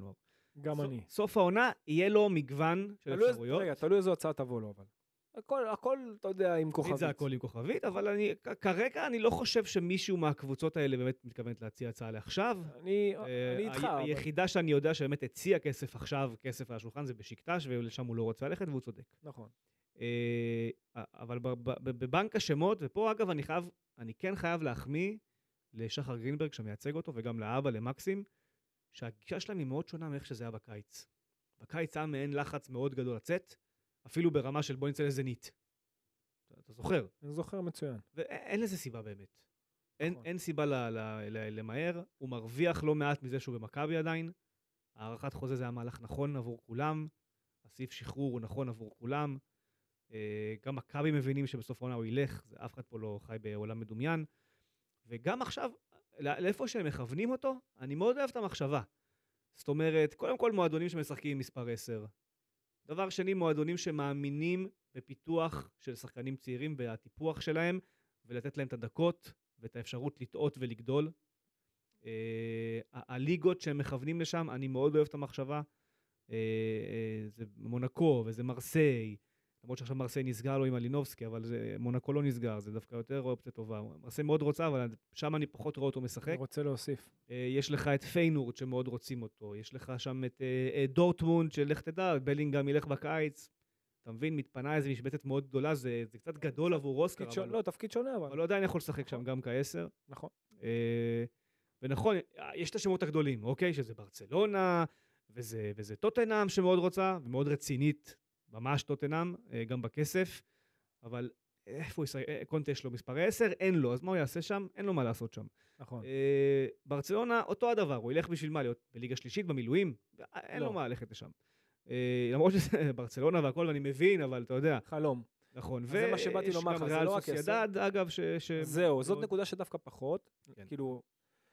גם אני. סוף העונה יהיה לו מגוון של אפשרויות. רגע, תלוי איזו הצעה תבוא לו, אבל. הכל, הכל, אתה יודע, עם כוכבית. זה הכל עם כוכבית, אבל אני, כרגע אני לא חושב שמישהו מהקבוצות האלה באמת מתכוונת להציע הצעה לעכשיו. אני, אני איתך. היחידה שאני יודע שבאמת הציע כסף עכשיו, כסף על השולחן, זה בשקטש, ולשם הוא לא רוצה ללכת, והוא צודק. נכון. אבל בבנק השמות, ופה אגב אני חייב, אני כן חייב להחמיא לשחר גרינברג שמייצג אותו, וגם לאבא, למקסים, שהגישה שלהם היא מאוד שונה מאיך שזה היה בקיץ. בקיץ היה מעין לחץ מאוד גדול לצאת, אפילו ברמה של בוא נצא לזנית. אתה זוכר? אני זוכר מצוין. ואין לזה סיבה באמת. אין, אין סיבה ל, ל, ל, למהר. הוא מרוויח לא מעט מזה שהוא במכבי עדיין. הערכת חוזה זה היה מהלך נכון עבור כולם. הסעיף שחרור הוא נכון עבור כולם. גם מכבי מבינים שבסוף העונה הוא ילך. זה אף אחד פה לא חי בעולם מדומיין. וגם עכשיו, לאיפה שהם מכוונים אותו, אני מאוד אוהב את המחשבה. זאת אומרת, קודם כל מועדונים שמשחקים עם מספר עשר. דבר שני, מועדונים שמאמינים בפיתוח של שחקנים צעירים והטיפוח שלהם, ולתת להם את הדקות ואת האפשרות לטעות ולגדול. הליגות שהם מכוונים לשם, אני מאוד אוהב את המחשבה. זה מונקו וזה מרסיי, למרות שעכשיו מרסיי נסגר לו עם אלינובסקי, אבל זה, מונקו לא נסגר, זה דווקא יותר אופציה טובה. מרסיי מאוד רוצה, אבל שם אני פחות רואה אותו משחק. אני רוצה להוסיף. יש לך את פיינורד שמאוד רוצים אותו, יש לך שם את דורטמונד שלך תדע, בלינגהם ילך בקיץ, אתה מבין, מתפנה איזו משבצת מאוד גדולה, זה, זה קצת גדול עבור אוסקר. אבל... לא, תפקיד שונה, אבל. אבל לא עדיין יכול לשחק שם גם כעשר. נכון. ונכון, יש את השמות הגדולים, אוקיי? שזה ברצלונה, וזה, וזה טוטנהאם שמאוד רוצה, ומאוד רצינית, ממש טוטנהאם, גם בכסף, אבל איפה הוא ישחק? קונטה יש לו מספר עשר, אין לו, אז מה הוא יעשה שם? אין לו מה לעשות שם. נכון. ברצלונה, אותו הדבר, הוא ילך בשביל מה? להיות בליגה שלישית, במילואים? אין לו מה ללכת לשם. למרות שזה ברצלונה והכל, אני מבין, אבל אתה יודע. חלום. נכון. זה מה שבאתי לומר לך, זה לא רק סוסיידד, אגב, ש... זהו, זאת נקודה שדווקא פחות. כאילו,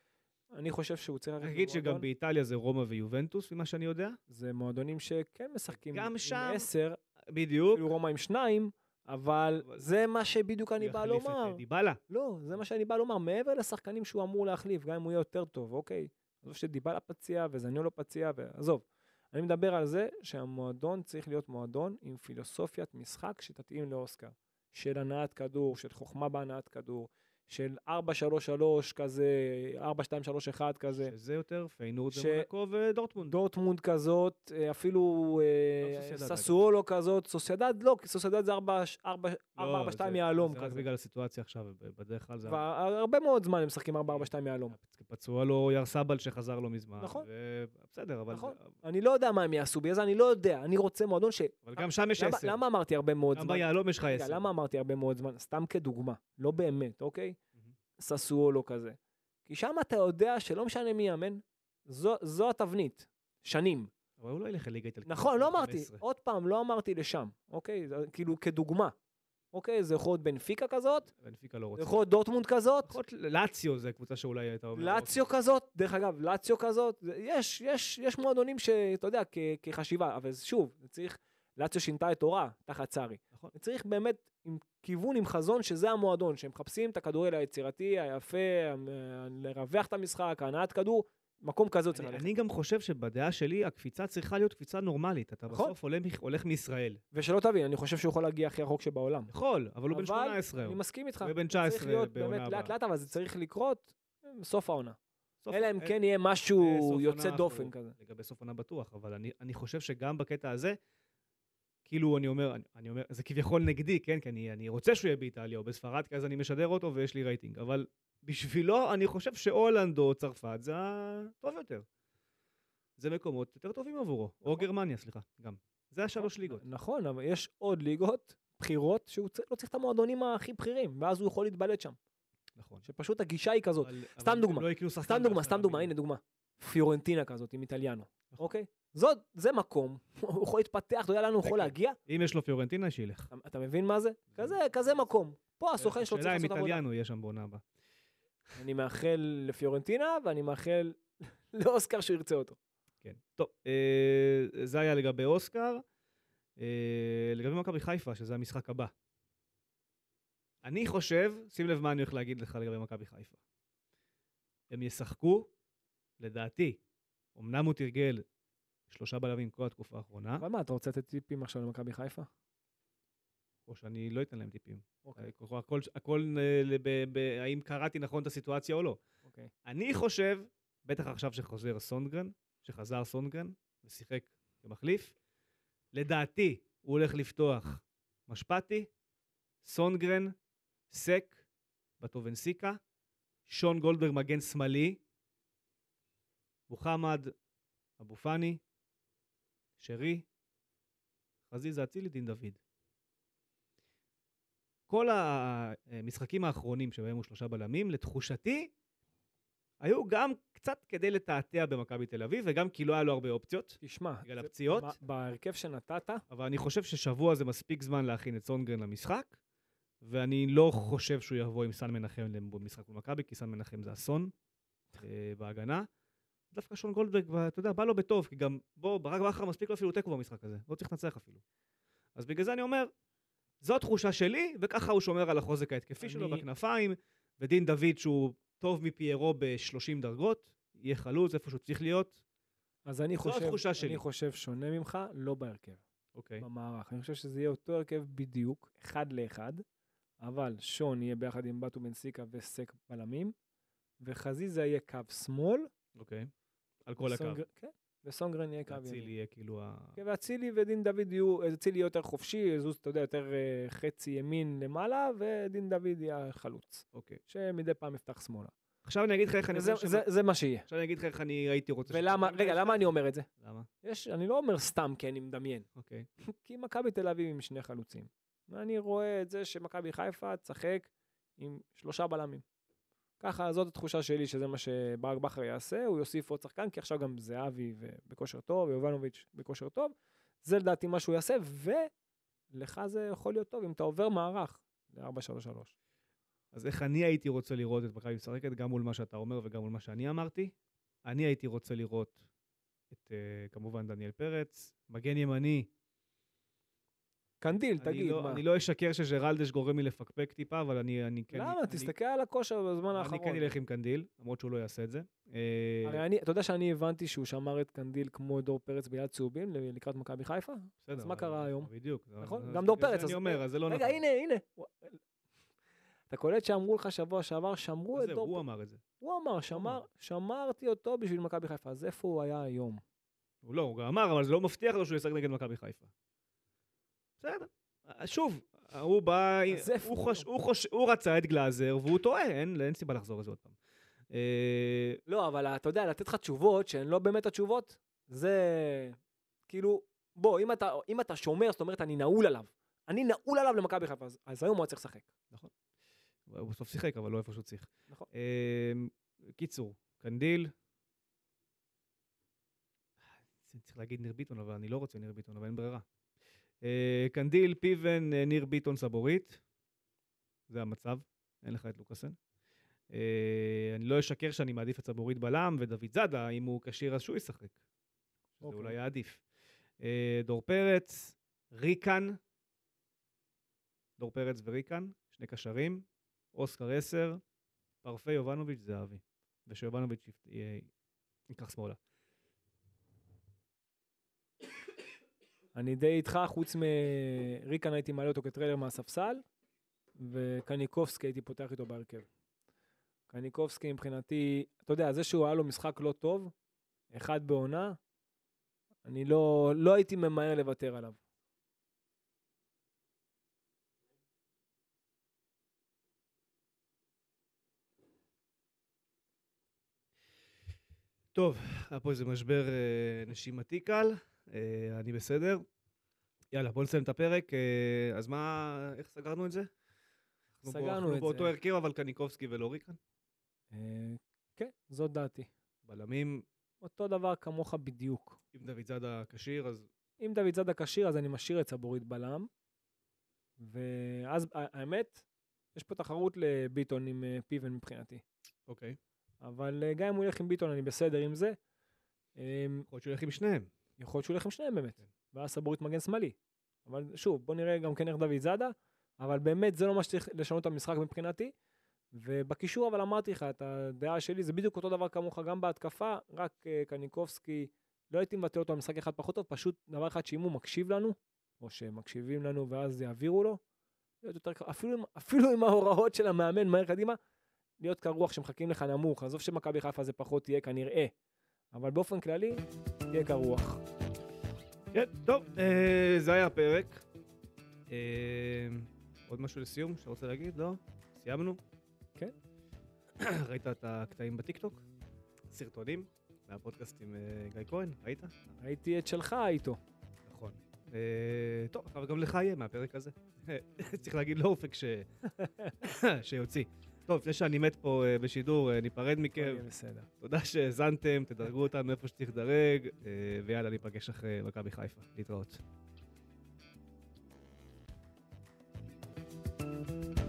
אני חושב שהוא צריך... אני אגיד שגם באיטליה זה רומא ויובנטוס, ממה שאני יודע. זה מועדונים שכן משחקים גם שם, עם עשר. בדיוק. אפילו רומא עם שניים, אבל זה מה שבדיוק אני בא לומר. יחליף את דיבלה. לא, זה מה שאני בא לומר. מעבר לשחקנים שהוא אמור להחליף, גם אם הוא יהיה יותר טוב, אוקיי? עזוב שדיבלה פציע וזניולו פציע, ועזוב. אני מדבר על זה שהמועדון צריך להיות מועדון עם פילוסופיית משחק שתתאים לאוסקר. של הנעת כדור, של חוכמה בהנעת כדור, של ארבע שלוש שלוש כזה, ארבע שתיים שלוש אחת כזה. שזה יותר פיינורד ומונקו ודורטמונד. דורטמונד כזאת, אפילו ססואלו כזאת, סוסיידד לא, כי סוסיידד זה ארבע ארבע שתיים יעלום כזה. זה רק בגלל הסיטואציה עכשיו, בדרך כלל זה... הרבה מאוד זמן הם משחקים ארבע ארבע שתיים יעלום. פצוע לו ירסבל שחזר לו מזמן. נכון. בסדר, אבל... נכון. אני לא יודע מה הם יעשו, בגלל זה אני לא יודע, אני רוצה מועדון ש... אבל גם שם יש עשר. למה אמרתי הרבה מאוד זמן? גם ביעלום יש לך עשר. למה אמרתי הרבה מאוד זמן? סתם כדוגמה, לא באמת, אוקיי? ססואלו כזה. כי שם אתה יודע שלא משנה מי יאמן, זו, זו התבנית. שנים. אבל הוא לא ילך לליגה איטלקית. נכון, לא אמרתי. עוד פעם, לא אמרתי לשם. אוקיי? כאילו כדוגמה. אוקיי? זה יכול להיות בנפיקה כזאת. בנפיקה לא רוצה. זה יכול להיות דורטמונד כזאת. יכול להיות לאציו, זה קבוצה שאולי הייתה אומר. לאציו כזאת. דרך אגב, לאציו כזאת. יש, יש, יש מועדונים שאתה יודע, כ, כחשיבה. אבל שוב, זה צריך... לאציו שינתה את תורה, תחת צארי. נכון. צריך באמת עם כיוון, עם חזון, שזה המועדון, שהם מחפשים את הכדורגל היצירתי, היפה, לרווח את המשחק, הנעת כדור, מקום כזה צריך ללכת. אני גם חושב שבדעה שלי, הקפיצה צריכה להיות קפיצה נורמלית. אתה בסוף הולך מישראל. ושלא תבין, אני חושב שהוא יכול להגיע הכי רחוק שבעולם. יכול, אבל הוא בן שמונה עשרה. אני מסכים איתך. הוא בן תשע עשרה בעונה הבאה. לאט לאט, אבל זה צריך לקרות בסוף העונה. אלא אם כן יהיה משהו יוצא דופן כזה. לגבי סוף העונה בטוח, אבל אני חושב שגם בקטע הזה כאילו אני אומר, אני אומר, זה כביכול נגדי, כן? כי אני, אני רוצה שהוא יהיה באיטליה או בספרד, כי אז אני משדר אותו ויש לי רייטינג. אבל בשבילו, אני חושב שהולנד או צרפת זה טוב יותר. זה מקומות יותר טובים עבורו. נכון. או גרמניה, סליחה, גם. זה השלוש ליגות. נכון, אבל יש עוד ליגות, בחירות, שהוא לא צריך את המועדונים הכי בכירים, ואז הוא יכול להתבלט שם. נכון. שפשוט הגישה היא כזאת. אבל, סתם אבל דוגמה. לא סתם דוגמה, סתם דוגמה, הנה דוגמה. פיורנטינה כזאת, עם איטליאנו. נכון. אוקיי? זאת, זה מקום, הוא יכול להתפתח, אתה יודע לאן הוא יכול להגיע? אם יש לו פיורנטינה, שילך. אתה מבין מה זה? כזה, כזה מקום. פה הסוכן שלו צריך לעשות עבודה. שאלה אם איטליאנו יהיה שם בעונה הבאה. אני מאחל לפיורנטינה, ואני מאחל לאוסקר שהוא ירצה אותו. כן. טוב, זה היה לגבי אוסקר. לגבי מכבי חיפה, שזה המשחק הבא. אני חושב, שים לב מה אני הולך להגיד לך לגבי מכבי חיפה. הם ישחקו, לדעתי, אמנם הוא תרגל שלושה בלמים כל התקופה האחרונה, אבל מה, אתה רוצה לתת טיפים עכשיו למכבי חיפה? או שאני לא אתן להם טיפים. אוקיי. הכל, הכל, אה, ב- ב- האם קראתי נכון את הסיטואציה או לא. אוקיי. אני חושב, בטח עכשיו שחוזר סונגרן, שחזר סונגרן, ושיחק כמחליף, לדעתי הוא הולך לפתוח משפטי, סונגרן, סק, בטובנסיקה, שון גולדברג מגן שמאלי, מוחמד, אבו פאני, שרי, חזיזה אצילי, דין דוד. כל המשחקים האחרונים שבהם הוא שלושה בלמים, לתחושתי, היו גם קצת כדי לתעתע במכבי תל אביב, וגם כי לא היה לו הרבה אופציות. תשמע, בגלל הפציעות. בהרכב שנתת, אבל אני חושב ששבוע זה מספיק זמן להכין את סונגרן למשחק, ואני לא חושב שהוא יבוא עם סן מנחם במשחק במכבי, כי סן מנחם זה אסון אה, בהגנה. דווקא שון גולדברג, אתה יודע, בא לו בטוב, כי גם בוא, ברק בכר מספיק לו אפילו תיקו במשחק הזה, לא צריך לנצח אפילו. אז בגלל זה אני אומר, זו התחושה שלי, וככה הוא שומר על החוזק ההתקפי אני... שלו בכנפיים, ודין דוד שהוא טוב מפיירו ב-שלושים דרגות, יהיה חלוץ איפה שהוא צריך להיות. אז אני זו חושב, התחושה שלי. אני חושב שונה ממך, לא בהרכב. אוקיי. במערך. אני חושב שזה יהיה אותו הרכב בדיוק, אחד לאחד, אבל שון יהיה ביחד עם בטו בנסיקה וסק בלמים, וחזיזה יהיה קו שמאל. אוקיי. על כל הקו. כן. וסונגרן יהיה קו ימין. ואצילי יהיה כאילו ה... כן, ואצילי ודין דוד יהיו, אצילי יהיה יותר חופשי, זוז, אתה יודע, יותר uh, חצי ימין למעלה, ודין דוד יהיה חלוץ. אוקיי. שמדי פעם יפתח שמאלה. עכשיו אני אגיד לך איך אני... זה, זה, זה מה שיהיה. עכשיו אני אגיד לך איך אני הייתי רוצה... ולמה, רגע, למה אני אומר את זה? למה? יש, אני לא אומר סתם כי אני מדמיין. אוקיי. כי מכבי תל אביב עם שני חלוצים. ואני רואה את זה שמכבי חיפה תשחק עם שלושה בלמים. ככה, זאת התחושה שלי שזה מה שברק בכר יעשה, הוא יוסיף עוד שחקן, כי עכשיו גם זהבי בכושר טוב, ויובנוביץ' בכושר טוב, זה לדעתי מה שהוא יעשה, ולך זה יכול להיות טוב אם אתה עובר מערך ל-ארבע שלוש שלוש. אז איך אני הייתי רוצה לראות את מכבי משחקת, גם מול מה שאתה אומר וגם מול מה שאני אמרתי, אני הייתי רוצה לראות את, uh, כמובן, דניאל פרץ, מגן ימני. קנדיל, תגיד, לא, מה? אני לא אשקר שג'רלדש גורם לי לפקפק טיפה, אבל אני, אני כן... למה? אני, תסתכל על הכושר בזמן האחרון. אני כן אלך עם קנדיל, למרות שהוא לא יעשה את זה. הרי אני, אתה יודע שאני הבנתי שהוא שמר את קנדיל כמו דור פרץ ביד צהובים לקראת מכבי חיפה? בסדר. אז מה קרה היום? בדיוק. נכון? גם דור פרץ. אני אומר, אז זה לא נכון. רגע, הנה, הנה. אתה קולט שאמרו לך שבוע שעבר, שמרו את דור פרץ. הוא אמר את זה. הוא אמר, שמרתי אותו בשביל מכבי חיפה. אז איפה הוא היה היום? הוא לא, הוא גם אמר, אבל זה לא מבטיח לו שהוא ישחק נגד מכבי חיפה. בסדר. שוב, הוא בא, הוא, חוש, הוא, חוש, הוא רצה את גלאזר, והוא טועה, אין, אין סיבה לחזור לזה עוד פעם. לא, אבל אתה יודע, לתת לך תשובות שהן לא באמת התשובות, זה כאילו, בוא, אם אתה, אם אתה שומר, זאת אומרת, אני נעול עליו. אני נעול עליו למכבי חיפה, אז, אז היום הוא צריך לשחק. נכון. הוא בסוף שיחק, אבל לא איפה שהוא צריך. נכון. קיצור, קנדיל, צריך להגיד ניר ביטון, אבל אני לא רוצה ניר ביטון, אבל אין ברירה. Uh, קנדיל, פיבן, uh, ניר ביטון, סבורית. זה המצב. אין לך את לוקאסן. Uh, אני לא אשקר שאני מעדיף את סבורית בלם, ודוד זאדה, אם הוא קשיר אז שהוא ישחק. שזה okay. אולי יעדיף. Uh, דור פרץ, ריקן. דור פרץ וריקן, שני קשרים. אוסקר עשר, פרפי יובנוביץ' זהבי. ושיובנוביץ' ייקח שמאלה. אני די איתך, חוץ מריקן הייתי מעלה אותו כטריילר מהספסל, וקניקובסקי הייתי פותח איתו בהרכב. קניקובסקי מבחינתי, אתה יודע, זה שהוא היה לו משחק לא טוב, אחד בעונה, אני לא, לא הייתי ממהר לוותר עליו. טוב, היה פה איזה משבר אה, נשימתי קל, אה, אני בסדר. יאללה, בוא נסיים את הפרק. אה, אז מה, איך סגרנו את זה? סגרנו את זה. באותו הרכב, אבל קניקובסקי ולא ריקן? אה, כן, זאת דעתי. בלמים? אותו דבר כמוך בדיוק. אם דוד זאדה קשיר, אז... אם דוד זאדה קשיר, אז אני משאיר את סבורית בלם. ואז, האמת, יש פה תחרות לביטון עם פיבן מבחינתי. אוקיי. אבל גם אם הוא ילך עם ביטון, אני בסדר עם זה. יכול להיות שהוא ילך עם שניהם. יכול להיות שהוא ילך עם שניהם באמת. ואז סבורית מגן שמאלי. אבל שוב, בוא נראה גם כן איך דוד זאדה, אבל באמת זה לא מה שצריך לשנות את המשחק מבחינתי. ובקישור, אבל אמרתי לך, את הדעה שלי, זה בדיוק אותו דבר כמוך גם בהתקפה, רק קניקובסקי לא הייתי מבטא אותו על משחק אחד פחות טוב, פשוט דבר אחד שאם הוא מקשיב לנו, או שמקשיבים לנו ואז יעבירו לו, להיות יותר, אפילו, אפילו עם ההוראות של המאמן מהר קדימה, להיות כרוח שמחכים לך נמוך, עזוב שמכבי חיפה זה פחות תהיה כנראה, אבל באופן כללי, תהיה כרוח. כן, טוב, אה, זה היה הפרק. אה, עוד משהו לסיום שאתה רוצה להגיד? לא? סיימנו? כן. ראית את הקטעים בטיקטוק? סרטונים? מהפודקאסט עם אה, גיא כהן, ראית? ראיתי את שלך איתו. נכון. אה, טוב, אבל גם לך יהיה מהפרק הזה. צריך להגיד לא אופק ש... שיוציא. טוב, לפני שאני מת פה uh, בשידור, uh, ניפרד מכם. בסדר. תודה שהזנתם, תדרגו אותנו איפה שצריך לדרג, uh, ויאללה, ניפגש אחרי מכבי חיפה. להתראות.